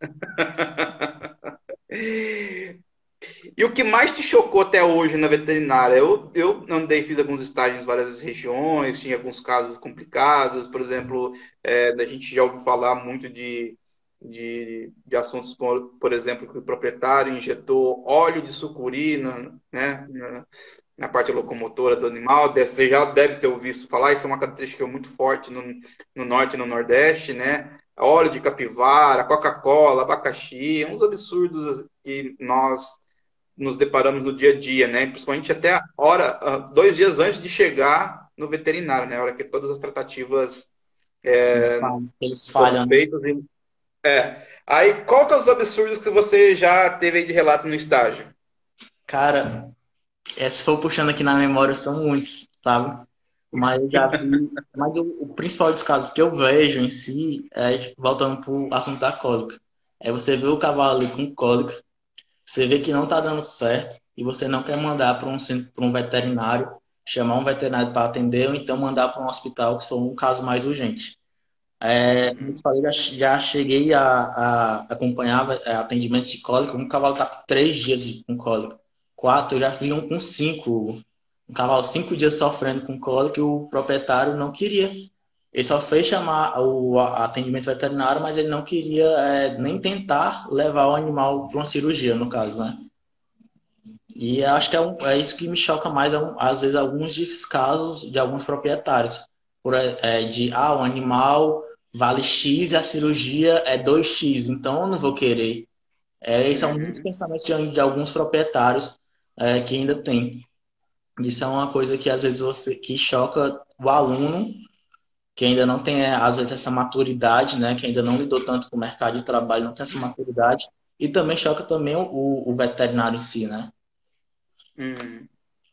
E o que mais te chocou até hoje na veterinária? Eu, eu andei, fiz alguns estágios em várias regiões, tinha alguns casos complicados, por exemplo, é, a gente já ouviu falar muito de, de, de assuntos, por, por exemplo, que o proprietário injetou óleo de sucuri na, né, na, na parte locomotora do animal. Você já deve ter ouvido falar, isso é uma característica muito forte no, no norte e no nordeste, né? Óleo de capivara, Coca-Cola, abacaxi, uns absurdos que nós nos deparamos no dia a dia, né? Principalmente até a hora, ah, dois dias antes de chegar no veterinário, né? A hora que todas as tratativas Sim, falam. Eles foram falham, né? feitas. Em... É. Aí, qual que é os absurdos que você já teve aí de relato no estágio? Cara, é, se for puxando aqui na memória, são muitos, sabe? Mas eu já vi. Mas o, o principal dos casos que eu vejo em si é, voltando pro assunto da cólica. É você ver o cavalo ali com cólica, você vê que não está dando certo e você não quer mandar para um, centro- pra um veterinário, chamar um veterinário para atender ou então mandar para um hospital que for um caso mais urgente. É, como eu te Uhum. falei, já, já cheguei a, a acompanhar é, atendimento de cólica. Um cavalo está com três dias de, com cólica. Quatro, eu já vi um com cinco. Um cavalo cinco dias sofrendo com cólica e o proprietário não queria. Ele só fez chamar o a- atendimento veterinário, mas ele não queria é, nem tentar levar o animal para uma cirurgia, no caso, né? E eu acho que é, um- é isso que me choca mais, é um- às vezes, alguns descasos de alguns proprietários. Por, é, de, ah, o animal vale X e a cirurgia é dois x, então eu não vou querer. É, esse é um muito Uhum. pensamento de, de alguns proprietários é, que ainda tem. Isso é uma coisa que às vezes você que choca o aluno, que ainda não tem, é, às vezes, essa maturidade, né? Que ainda não lidou tanto com o mercado de trabalho, não tem essa maturidade. E também choca também o, o veterinário em si, né? Uhum.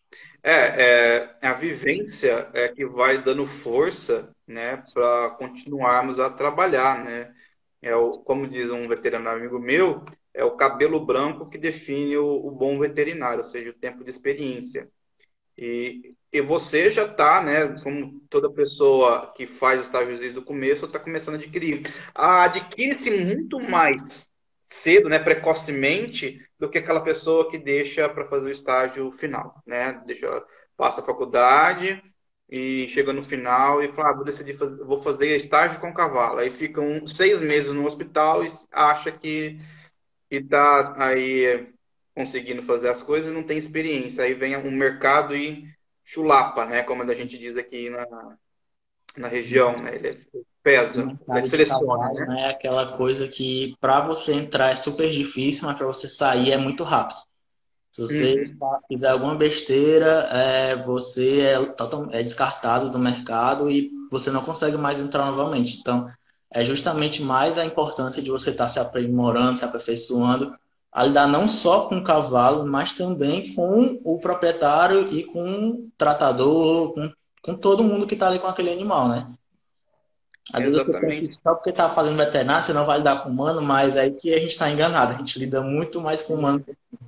É, é, a vivência é que vai dando força, né, para continuarmos a trabalhar, né? É o, como diz um veterinário amigo meu, é o cabelo branco que define o, o bom veterinário, ou seja, o tempo de experiência. E, e você já está, né, como toda pessoa que faz estágios desde o começo, está começando a adquirir. Ah, adquire-se muito mais cedo, né, precocemente, do que aquela pessoa que deixa para fazer o estágio final, né? Deixa, passa a faculdade e chega no final e fala, ah, vou decidir fazer, vou fazer estágio com cavalo. Aí fica um, seis meses no hospital e acha que está aí conseguindo fazer as coisas e não tem experiência. Aí vem um mercado e chulapa, né? Como a gente diz aqui na, na região, né? Ele O pesa, ele mercado de seleciona, trabalho, né? né, é aquela coisa que para você entrar é super difícil, mas para você sair é muito rápido. Se você Uhum, fizer alguma besteira, é, você é, total- é descartado do mercado e você não consegue mais entrar novamente. Então, é justamente mais a importância de você estar se aprimorando, se aperfeiçoando, a lidar não só com o cavalo, mas também com o proprietário e com o tratador, com, com todo mundo que está ali com aquele animal, né? Às vezes você pensa que exatamente. só porque está fazendo veterinário, você não vai lidar com humano, mas é aí que a gente está enganado. A gente lida muito mais com humano.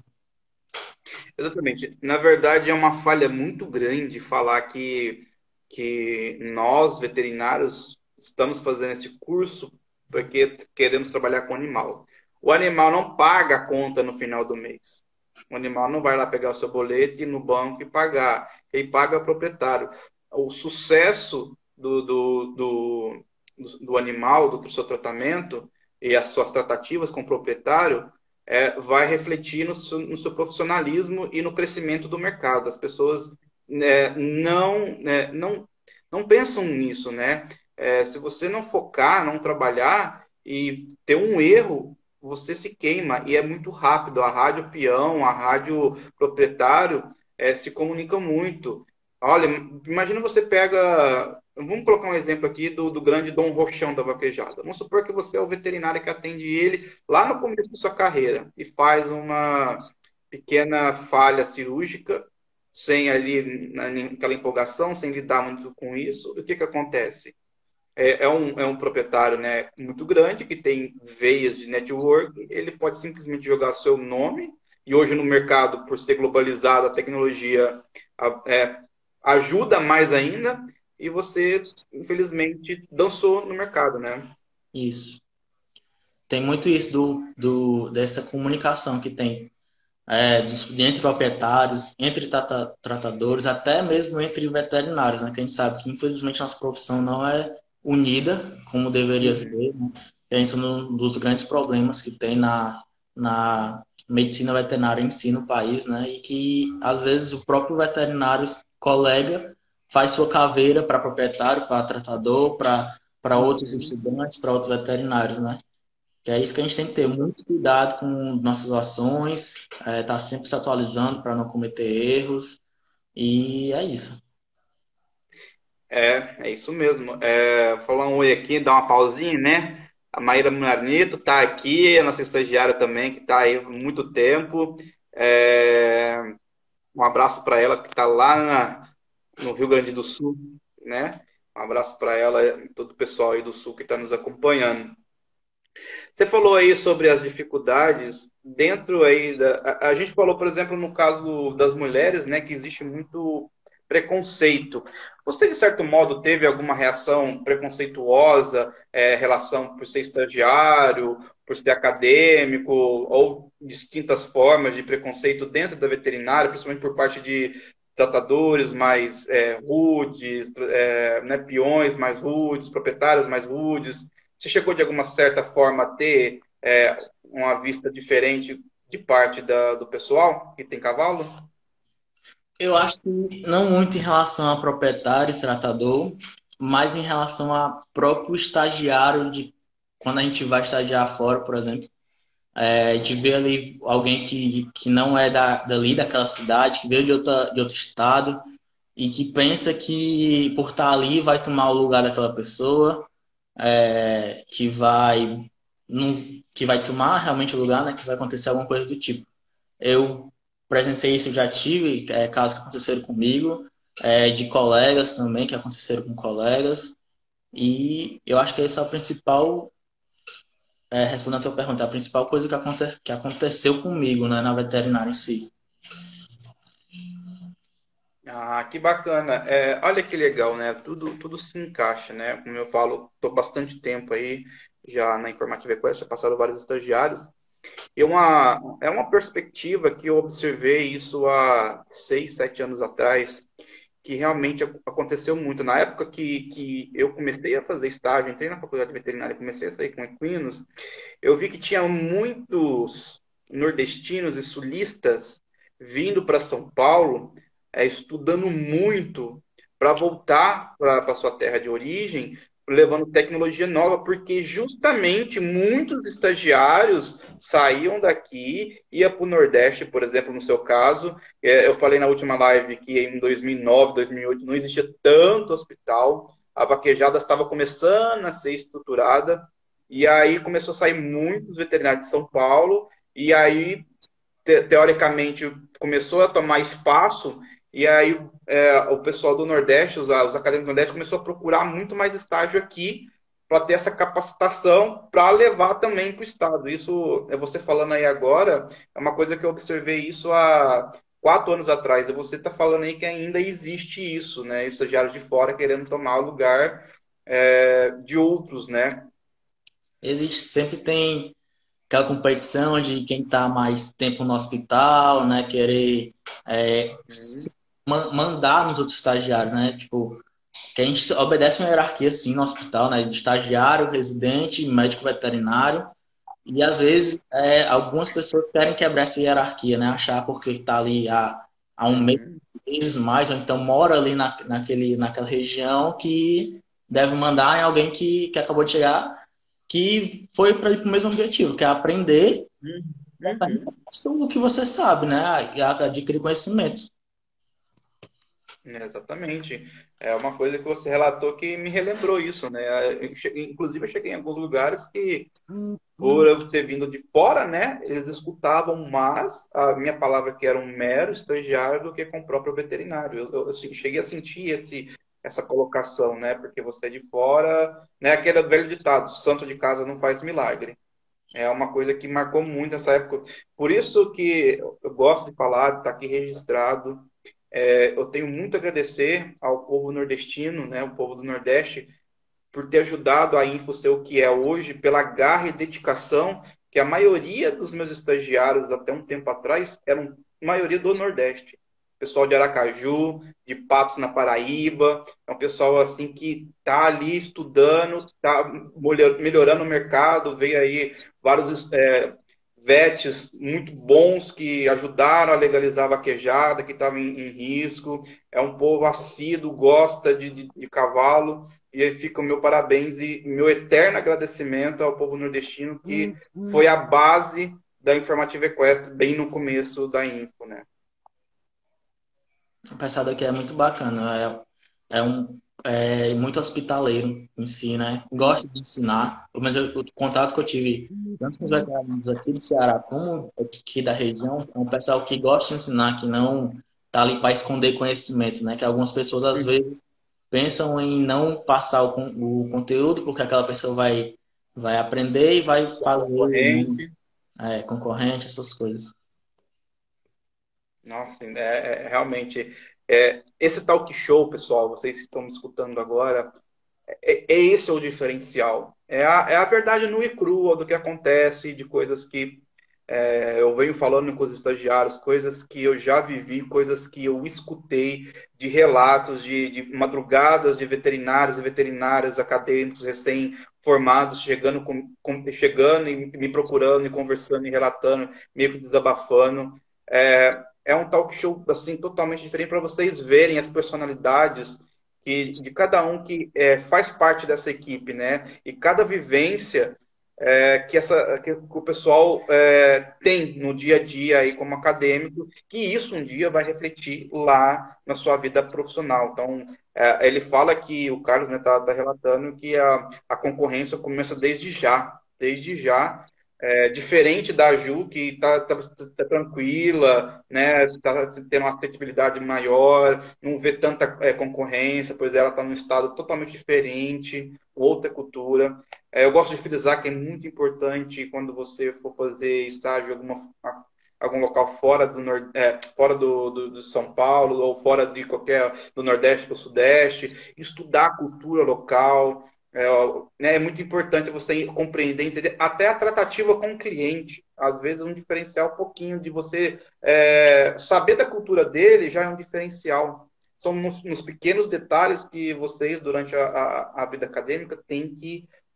Exatamente. Na verdade, é uma falha muito grande falar que, que nós, veterinários, estamos fazendo esse curso porque queremos trabalhar com animal. O animal não paga a conta no final do mês. O animal não vai lá pegar o seu boleto, ir no banco e pagar. Quem paga é o proprietário. O sucesso do, do, do, do animal, do seu tratamento e as suas tratativas com o proprietário é, vai refletir no seu, no seu profissionalismo e no crescimento do mercado. As pessoas né, não, né, não, não pensam nisso, né? É, se você não focar, não trabalhar e ter um erro, você se queima e é muito rápido. A rádio peão, a rádio proprietário é, se comunicam muito. Olha, imagina você pega. Vamos colocar um exemplo aqui do, do grande Dom Rochão da vaquejada. Vamos supor que você é o veterinário que atende ele lá no começo da sua carreira e faz uma pequena falha cirúrgica, sem ali aquela empolgação, sem lidar muito com isso. O que, que acontece? É, é, um, é um proprietário né, muito grande que tem veias de network, ele pode simplesmente jogar seu nome, e hoje no mercado, por ser globalizado, a tecnologia é, ajuda mais ainda, e você, infelizmente, dançou no mercado, né? Isso. Tem muito isso do, do, dessa comunicação que tem é, dos, entre proprietários, entre trata, tratadores, até mesmo entre veterinários, né? Que a gente sabe que, infelizmente, nossa profissão não é unida como deveria Uhum. ser, né? Esse é um dos grandes problemas que tem na, na medicina veterinária em si no país, né? E que, às vezes, o próprio veterinário colega faz sua caveira para proprietário, para tratador, para para outros Uhum. estudantes, para outros veterinários, né? Que é isso que a gente tem que ter muito cuidado com nossas ações, é, tá sempre se atualizando para não cometer erros, e é isso. É, é isso mesmo. É, falar um oi aqui, dar uma pausinha, né? A Maíra Munarnito tá aqui, a nossa estagiária também, que tá aí há muito tempo. É, um abraço para ela, que está lá na- no Rio Grande do Sul, né? Um abraço para ela e todo o pessoal aí do Sul que está nos acompanhando. Você falou aí sobre as dificuldades dentro aí da. A, a gente falou, por exemplo, no caso das mulheres, né, que existe muito preconceito. Você, de certo modo, teve alguma reação preconceituosa, é, relação por ser estagiário, por ser acadêmico, ou distintas formas de preconceito dentro da veterinária, principalmente por parte de tratadores mais é, rudes, é, né, peões mais rudes, proprietários mais rudes? Você chegou de alguma certa forma a ter é, uma vista diferente de parte da, do pessoal que tem cavalo? Eu acho que não muito em relação a proprietário e tratador, mas em relação a próprio estagiário de quando a gente vai estagiar fora, por exemplo. É, a gente vê ali alguém que, que não é da, dali, daquela cidade, que veio de, outra, de outro estado e que pensa que por estar ali vai tomar o lugar daquela pessoa, é, que vai não, que vai tomar realmente o lugar, né? Que vai acontecer alguma coisa do tipo. Eu presenciei isso, já tive é, casos que aconteceram comigo, é, de colegas também que aconteceram com colegas, e eu acho que esse é o principal, é, respondendo a tua pergunta, a principal coisa que, aconte, que aconteceu comigo, né, na veterinária em si. Ah, que bacana. É, olha que legal, né? Tudo, tudo se encaixa, né? Como eu falo, estou bastante tempo aí já na Informativa Equestre, já passaram vários estagiários. E uma, é uma perspectiva que eu observei isso há seis, sete anos atrás, que realmente aconteceu muito. Na época que, que eu comecei a fazer estágio, entrei na faculdade de veterinária e comecei a sair com equinos, eu vi que tinha muitos nordestinos e sulistas vindo para São Paulo, é, estudando muito para voltar para a sua terra de origem, levando tecnologia nova, porque justamente muitos estagiários saíam daqui, ia para o Nordeste, por exemplo, no seu caso. É, eu falei na última live que em dois mil e nove, dois mil e oito não existia tanto hospital, a vaquejada estava começando a ser estruturada, e aí começou a sair muitos veterinários de São Paulo, e aí, te, teoricamente, começou a tomar espaço, e aí é, o pessoal do Nordeste, os, os acadêmicos do Nordeste, começou a procurar muito mais estágio aqui, para ter essa capacitação, para levar também para o Estado. Isso, é você falando aí agora, é uma coisa que eu observei isso há quatro anos atrás, e você está falando aí que ainda existe isso, né? Estagiários de fora querendo tomar o lugar é, de outros, né? Existe, sempre tem aquela competição de quem está mais tempo no hospital, né? Querer é, Uhum. man- mandar nos outros estagiários, né? Tipo, que a gente obedece uma hierarquia, assim, no hospital, né? De estagiário, residente, médico veterinário. E, às vezes, é, algumas pessoas querem quebrar essa hierarquia, né? Achar porque está ali há, há um mês, Uhum. meses mais, ou então mora ali na, naquele, naquela região que deve mandar em alguém que, que acabou de chegar, que foi para ir para o mesmo objetivo, que é aprender Uhum. o que você sabe, né? E adquirir conhecimento. É, exatamente. É uma coisa que você relatou que me relembrou isso, né? Eu cheguei- inclusive, eu cheguei em alguns lugares que, por eu ter vindo de fora, né? Eles escutavam mais a minha palavra, que era um mero estagiário, do que com o próprio veterinário. Eu, eu, assim, cheguei a sentir esse, essa colocação, né? Porque você é de fora, né? Aquele velho ditado: santo de casa não faz milagre. É uma coisa que marcou muito essa época. Por isso que eu gosto de falar, está aqui registrado. É, eu tenho muito a agradecer ao povo nordestino, né, o povo do Nordeste, por ter ajudado a Info ser o que é hoje, pela garra e dedicação, que a maioria dos meus estagiários, até um tempo atrás, eram maioria do Nordeste. Pessoal de Aracaju, de Patos, na Paraíba, é um pessoal assim que está ali estudando, está melhorando o mercado, veio aí vários é, vets muito bons que ajudaram a legalizar a vaquejada, que estava em, em risco. É um povo assíduo, gosta de, de, de cavalo. E aí fica o meu parabéns e meu eterno agradecimento ao povo nordestino, que foi a base da Informativa Equestre, bem no começo da Info, né? O pessoal daqui é muito bacana. É, é um é muito hospitaleiro em si, né? Gosta de ensinar. Mas eu, o contato que eu tive tanto com os veteranos aqui do Ceará como aqui da região é um pessoal que gosta de ensinar, que não tá ali para esconder conhecimento, né? Que algumas pessoas às vezes pensam em não passar o, con- o conteúdo porque aquela pessoa vai vai aprender e vai fazer, né? Concorrente. É, concorrente, essas coisas. Nossa, é, é- realmente. É, esse talk show, pessoal, vocês que estão me escutando agora, é, é esse o diferencial. É a, é a verdade nua e crua do que acontece, de coisas que é, eu venho falando com os estagiários, coisas que eu já vivi, coisas que eu escutei, de relatos de, de madrugadas de veterinários e veterinárias acadêmicos recém-formados, chegando, com, com, chegando e me procurando e conversando e relatando, meio que desabafando. É, é um talk show assim totalmente diferente para vocês verem as personalidades que, de cada um que é, faz parte dessa equipe, né? E cada vivência é, que, essa, que o pessoal é, tem no dia a dia aí como acadêmico, que isso um dia vai refletir lá na sua vida profissional. Então, é, ele fala que o Carlos está né, tá, tá relatando que a, a concorrência começa desde já, desde já. É, diferente da Ju, que está tá, tá tá tranquila, né, tá tendo uma acessibilidade maior, não vê tanta é, concorrência, pois ela está num estado totalmente diferente, outra cultura. É, eu gosto de frisar que é muito importante quando você for fazer estágio em alguma, algum local fora do, é, fora do, do, do São Paulo ou fora de qualquer do Nordeste para o Sudeste, estudar a cultura local. É, né, é muito importante você compreender, entender, até a tratativa com o cliente. Às vezes, um diferencial um pouquinho de você é, saber da cultura dele já é um diferencial. São nos, nos pequenos detalhes que vocês, durante a, a, a vida acadêmica, têm que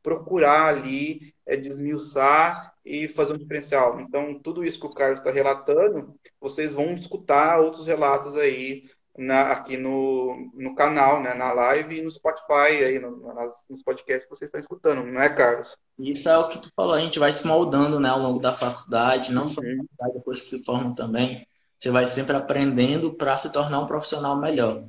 procurar ali, é, desmiuçar e fazer um diferencial. Então, tudo isso que o Carlos está relatando, vocês vão escutar outros relatos aí na, aqui no, no canal, né, na live e no Spotify, aí no, nas, nos podcasts que vocês estão escutando, não é, Carlos? Isso é o que tu falou, a gente vai se moldando, né, ao longo da faculdade, não só na Uhum, faculdade, depois que se forma também. Você vai sempre aprendendo para se tornar um profissional melhor.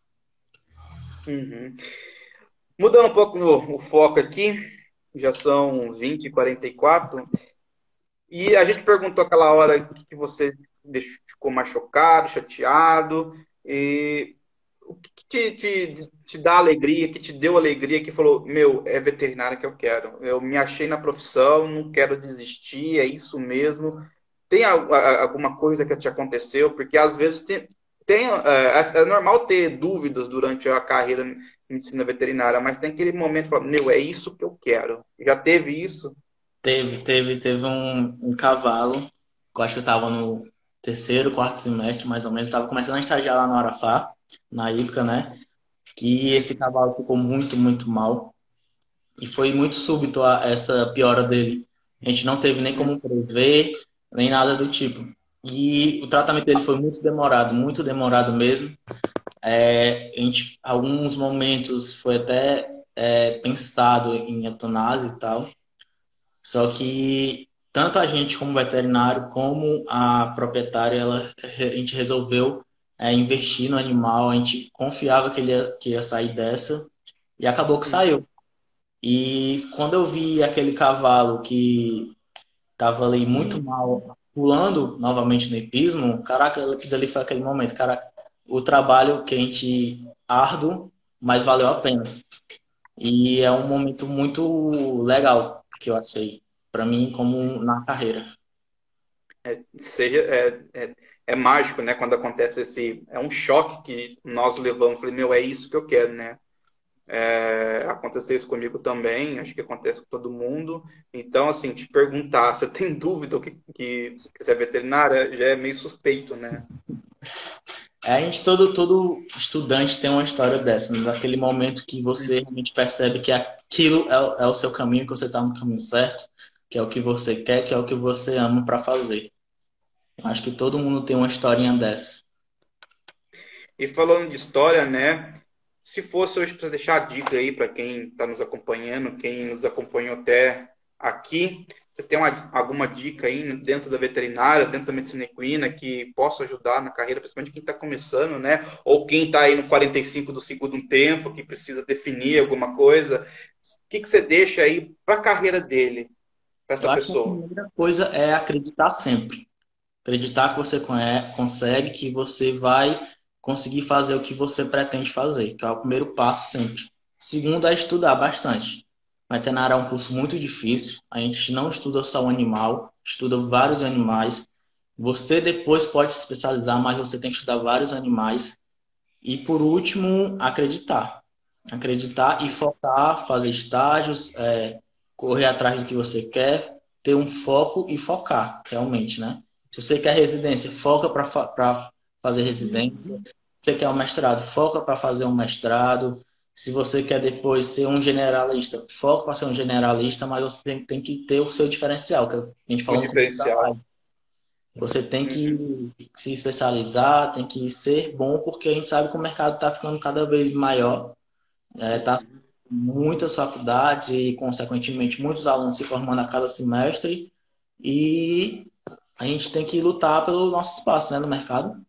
uhum. Mudando um pouco o, o foco aqui, já são vinte e quarenta e quatro, e a gente perguntou aquela hora que você deixou- ficou mais chocado, chateado, e o que que te, te, te dá alegria, que te deu alegria, que falou, meu, é veterinária que eu quero. Eu me achei na profissão, não quero desistir, é isso mesmo. Tem a- a- alguma coisa que te aconteceu? Porque às vezes tem, tem, é, é normal ter dúvidas durante a carreira em medicina veterinária, mas tem aquele momento que fala, meu, é isso que eu quero. Já teve isso? Teve, teve, teve um, um cavalo, eu acho que eu estava no terceiro, quarto semestre, mais ou menos, estava começando a estagiar lá no Arafá, na época, né? Que esse cavalo ficou muito, muito mal. E foi muito súbito a, essa piora dele. A gente não teve nem como prever, nem nada do tipo. E o tratamento dele foi muito demorado, muito demorado mesmo. É, a gente, alguns momentos foi até é, pensado em eutanásia e tal. Só que tanto a gente como veterinário, como a proprietária, ela, a gente resolveu é, investir no animal. A gente confiava que ele ia, que ia sair dessa e acabou que saiu. E quando eu vi aquele cavalo que estava ali muito mal, pulando novamente no hipismo, caraca, que dali foi aquele momento, cara, o trabalho que a gente árduo, mas valeu a pena. E é um momento muito legal que eu achei para mim como na carreira. É, seja, é, é, é mágico, né? Quando acontece esse. É um choque que nós levamos. Falei, meu, é isso que eu quero, né? É, aconteceu isso comigo também, acho que acontece com todo mundo. Então, assim, te perguntar, você tem dúvida que, que, que você é veterinária, já é meio suspeito, né? É, a gente, todo, todo estudante tem uma história dessa, né? Daquele momento que você realmente percebe que aquilo é, o- é o seu caminho, que você está no caminho certo, que é o que você quer, que é o que você ama para fazer. Eu acho que todo mundo tem uma historinha dessa. E falando de história, né? Se fosse hoje para deixar a dica aí para quem está nos acompanhando, quem nos acompanhou até aqui, você tem uma, alguma dica aí dentro da veterinária, dentro da medicina equina que possa ajudar na carreira, principalmente quem está começando, né? Ou quem está aí no quarenta e cinco do segundo tempo, que precisa definir alguma coisa. O que, que você deixa aí para a carreira dele, para essa Eu acho que a pessoa? primeira coisa é acreditar sempre. Acreditar que você conhe- consegue, que você vai conseguir fazer o que você pretende fazer, que é o primeiro passo sempre. Segundo é estudar bastante. Veterinária é um curso muito difícil. A gente não estuda só um animal, estuda vários animais. Você depois pode se especializar, mas você tem que estudar vários animais. E por último, acreditar. Acreditar e focar, fazer estágios, é, correr atrás do que você quer, ter um foco e focar, realmente, né? Se você quer residência, foca para fa fazer residência. Se você quer um mestrado, foca para fazer um mestrado. Se você quer depois ser um generalista, foca para ser um generalista, mas você tem, tem que ter o seu diferencial, que a gente O falou no começo da diferencial. live. Você tem Uhum, que se especializar, tem que ser bom, porque a gente sabe que o mercado está ficando cada vez maior. Está uhum. muitas faculdades e, consequentemente, muitos alunos se formando a cada semestre. E a gente tem que lutar pelo nosso espaço, né, no mercado.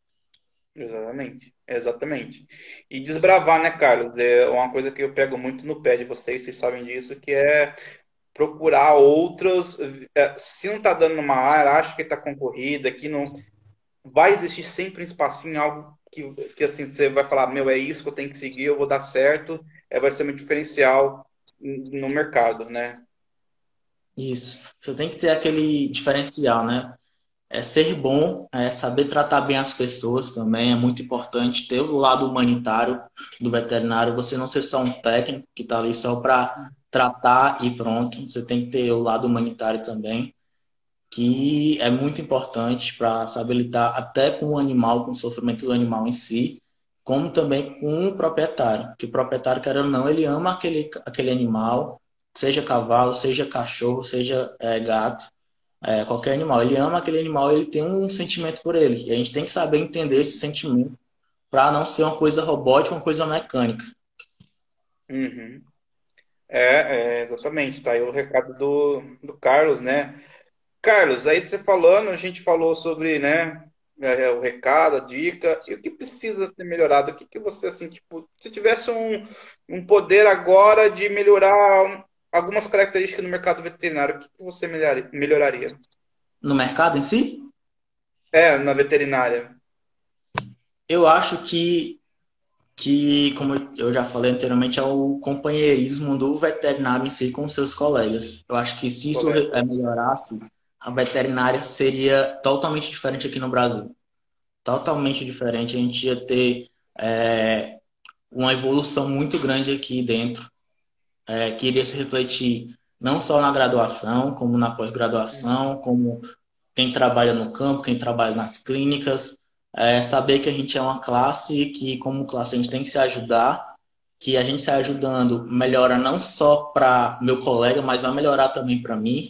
Exatamente, exatamente. E desbravar, né, Carlos? É uma coisa que eu pego muito no pé de vocês, vocês sabem disso, que é procurar outras. é, Se não está dando numa área, acha que está concorrida, que não. Vai existir sempre um espacinho, algo que, que assim, você vai falar, meu, é isso que eu tenho que seguir, eu vou dar certo, é, vai ser meu diferencial no mercado, né? Isso. Você tem que ter aquele diferencial, né? É ser bom, é saber tratar bem as pessoas também é muito importante. Ter o lado humanitário do veterinário, você não ser só um técnico que está ali só para tratar e pronto. Você tem que ter o lado humanitário também, que é muito importante para saber lidar até com o animal, com o sofrimento do animal em si, como também com o proprietário. Que o proprietário, querendo ou não, ele ama aquele, aquele animal, seja cavalo, seja cachorro, seja é, gato, é, qualquer animal. Ele ama aquele animal, ele tem um sentimento por ele. E a gente tem que saber entender esse sentimento para não ser uma coisa robótica, uma coisa mecânica. Uhum. É, é, exatamente, tá aí o recado do, do Carlos, né? Carlos, aí você falando, a gente falou sobre, né, é, o recado, a dica, e o que precisa ser melhorado? O que, que você, assim, tipo, se tivesse um, um poder agora de melhorar um- algumas características no mercado veterinário, o que, que você melhori- melhoraria? No mercado em si, É, na veterinária. eu acho que, que, como eu já falei anteriormente, é o companheirismo do veterinário em si com seus colegas. Eu acho que se isso re- Correto. eh, melhorasse, a veterinária seria totalmente diferente aqui no Brasil. Totalmente diferente. A gente ia ter é, uma evolução muito grande aqui dentro, é, que iria se refletir não só na graduação, como na pós-graduação, como quem trabalha no campo, quem trabalha nas clínicas, é, saber que a gente é uma classe que, como classe, a gente tem que se ajudar, que a gente se ajudando melhora não só para meu colega, mas vai melhorar também para mim.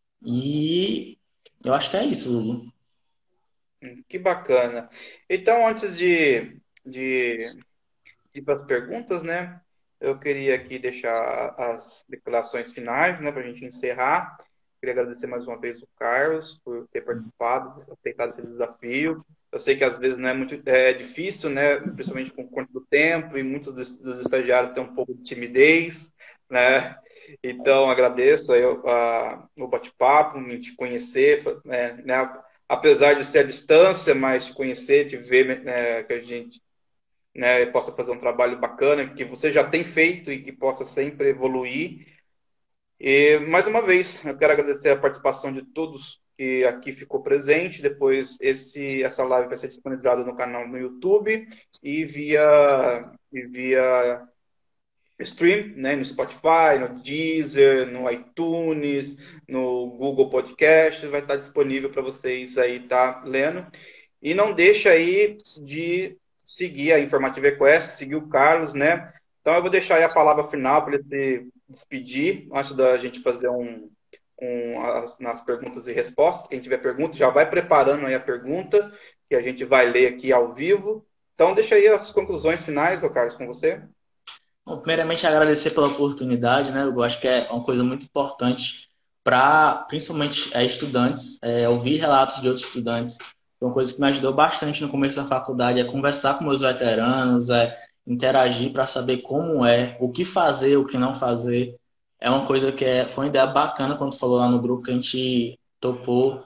E eu acho que é isso, Lulu. Hum, Que bacana. Então, antes de, de ir para as perguntas, né? Eu queria aqui deixar as declarações finais, né, para a gente encerrar. Queria agradecer mais uma vez o Carlos por ter participado, aceitado esse desafio. Eu sei que às vezes não é muito é difícil, né, principalmente com o conta do tempo, e muitos dos, dos estagiários têm um pouco de timidez, né? Então agradeço aí o, a, o bate-papo, me te conhecer, é, né? Apesar de ser à distância, mas te conhecer, te ver, né, que a gente, né, possa fazer um trabalho bacana, que você já tem feito e que possa sempre evoluir. E, mais uma vez, eu quero agradecer a participação de todos que aqui ficou presente. Depois, esse, essa live vai ser disponibilizada no canal no YouTube e via, e via stream, né, no Spotify, no Deezer, no iTunes, no Google Podcast. Vai estar disponível para vocês aí tá lendo. E não deixa aí de seguir a Informativa Equest, seguir o Carlos, né? Então eu vou deixar aí a palavra final para ele se despedir, antes da gente fazer um, um as, nas perguntas e respostas. Quem tiver pergunta, já vai preparando aí a pergunta, que a gente vai ler aqui ao vivo. Então deixa aí as conclusões finais, ô Carlos, com você. Bom, primeiramente, agradecer pela oportunidade, né? Eu acho que é uma coisa muito importante para, principalmente, é, estudantes, é, ouvir relatos de outros estudantes. Foi uma coisa que me ajudou bastante no começo da faculdade, é conversar com meus veteranos, é interagir para saber como é, o que fazer, o que não fazer. É uma coisa que é, foi uma ideia bacana quando falou lá no grupo que a gente topou.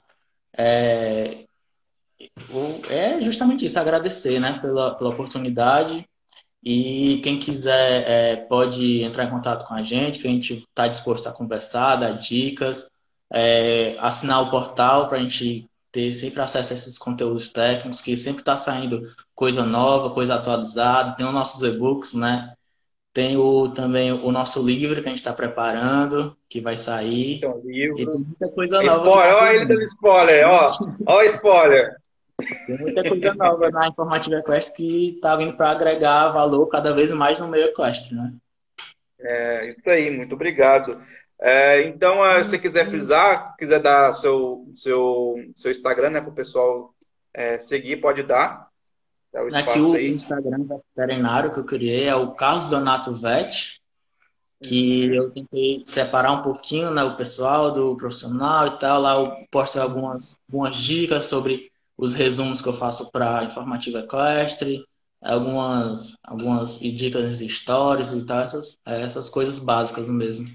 É, o- é justamente isso, agradecer, né, pela, pela oportunidade. E quem quiser é, pode entrar em contato com a gente, que a gente está disposto a conversar, dar dicas, é, assinar o portal para a gente ter sempre acesso a esses conteúdos técnicos, que sempre está saindo coisa nova, coisa atualizada. Tem os nossos e-books, né? Tem o, também o nosso livro que a gente está preparando, que vai sair. Então, E tem livro. muita coisa nova que está Spoiler, ó, ele dando vindo. spoiler, ó. Ó, o spoiler. Tem muita coisa nova na Informativa Equestre que está vindo para agregar valor cada vez mais no meio equestre, né? É isso aí, muito obrigado. É, então, eh, se você quiser frisar, quiser dar seu, seu, seu Instagram, né, para o pessoal eh, seguir, pode dar. Dá o Aqui espaço o o aí. Instagram veterinário que eu criei é o Carlos Donato Vet, que Uhum. eu tentei separar um pouquinho, né, o pessoal do profissional e tal. Lá eu posto algumas, algumas dicas sobre os resumos que eu faço para informativa equestre, algumas, algumas dicas em stories e tal, essas, essas coisas básicas mesmo.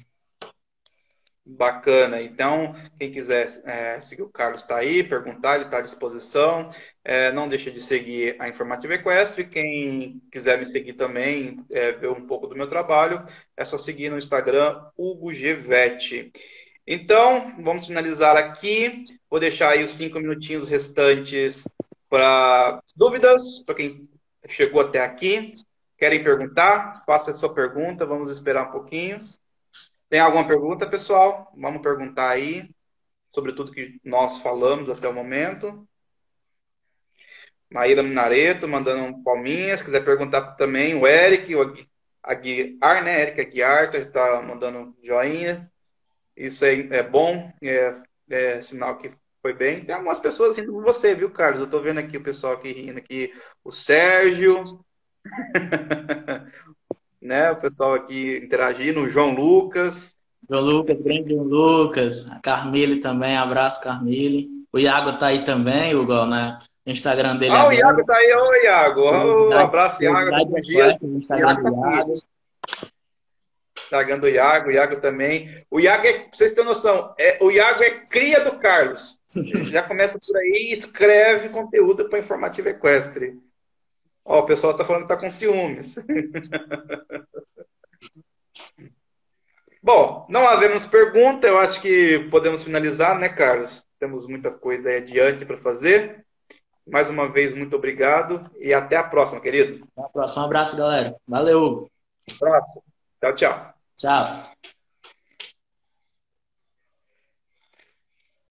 Bacana. Então, quem quiser é, seguir o Carlos está aí, perguntar, ele está à disposição. É, não deixe de seguir a Informativa Equestre. Quem quiser me seguir também, é, ver um pouco do meu trabalho, é só seguir no Instagram, Hugo G Vet. Então, vamos finalizar aqui. Vou deixar aí os cinco minutinhos restantes para dúvidas, para quem chegou até aqui. Querem perguntar? Faça a sua pergunta, vamos esperar um pouquinho. Tem alguma pergunta, pessoal? Vamos perguntar aí sobre tudo que nós falamos até o momento. Maíra Minareto mandando um palminha. Se quiser perguntar também, o Eric, o Aguiar, né? Érica Aguiar está mandando joinha. Isso é, é bom, é, é sinal que foi bem. Tem algumas pessoas rindo com você, viu, Carlos? Eu tô vendo aqui o pessoal aqui rindo aqui. O Sérgio, né? O pessoal aqui interagindo. O João Lucas. João Lucas, grande João Lucas. A Carmile também, abraço, Carmile. O Iago tá aí também, Hugo, né? O Instagram dele Ah, o agora. Iago tá aí. Ô, Iago. Ô, abraço, Iago. Curiosidade Bom é dia. quest, no Instagram Iago tá do Iago. aqui. Instagram do Iago, o Iago também. O Iago é, pra vocês terem noção, é, o Iago é cria do Carlos. Já começa por aí e escreve conteúdo para Informativa Equestre. Ó, o pessoal tá falando que tá com ciúmes. Bom, não havemos pergunta, eu acho que podemos finalizar, né, Carlos? Temos muita coisa aí adiante para fazer. Mais uma vez, muito obrigado e até a próxima, querido. Até a próxima. Um abraço, galera. Valeu, Hugo. Próximo. Tchau, tchau. Tchau.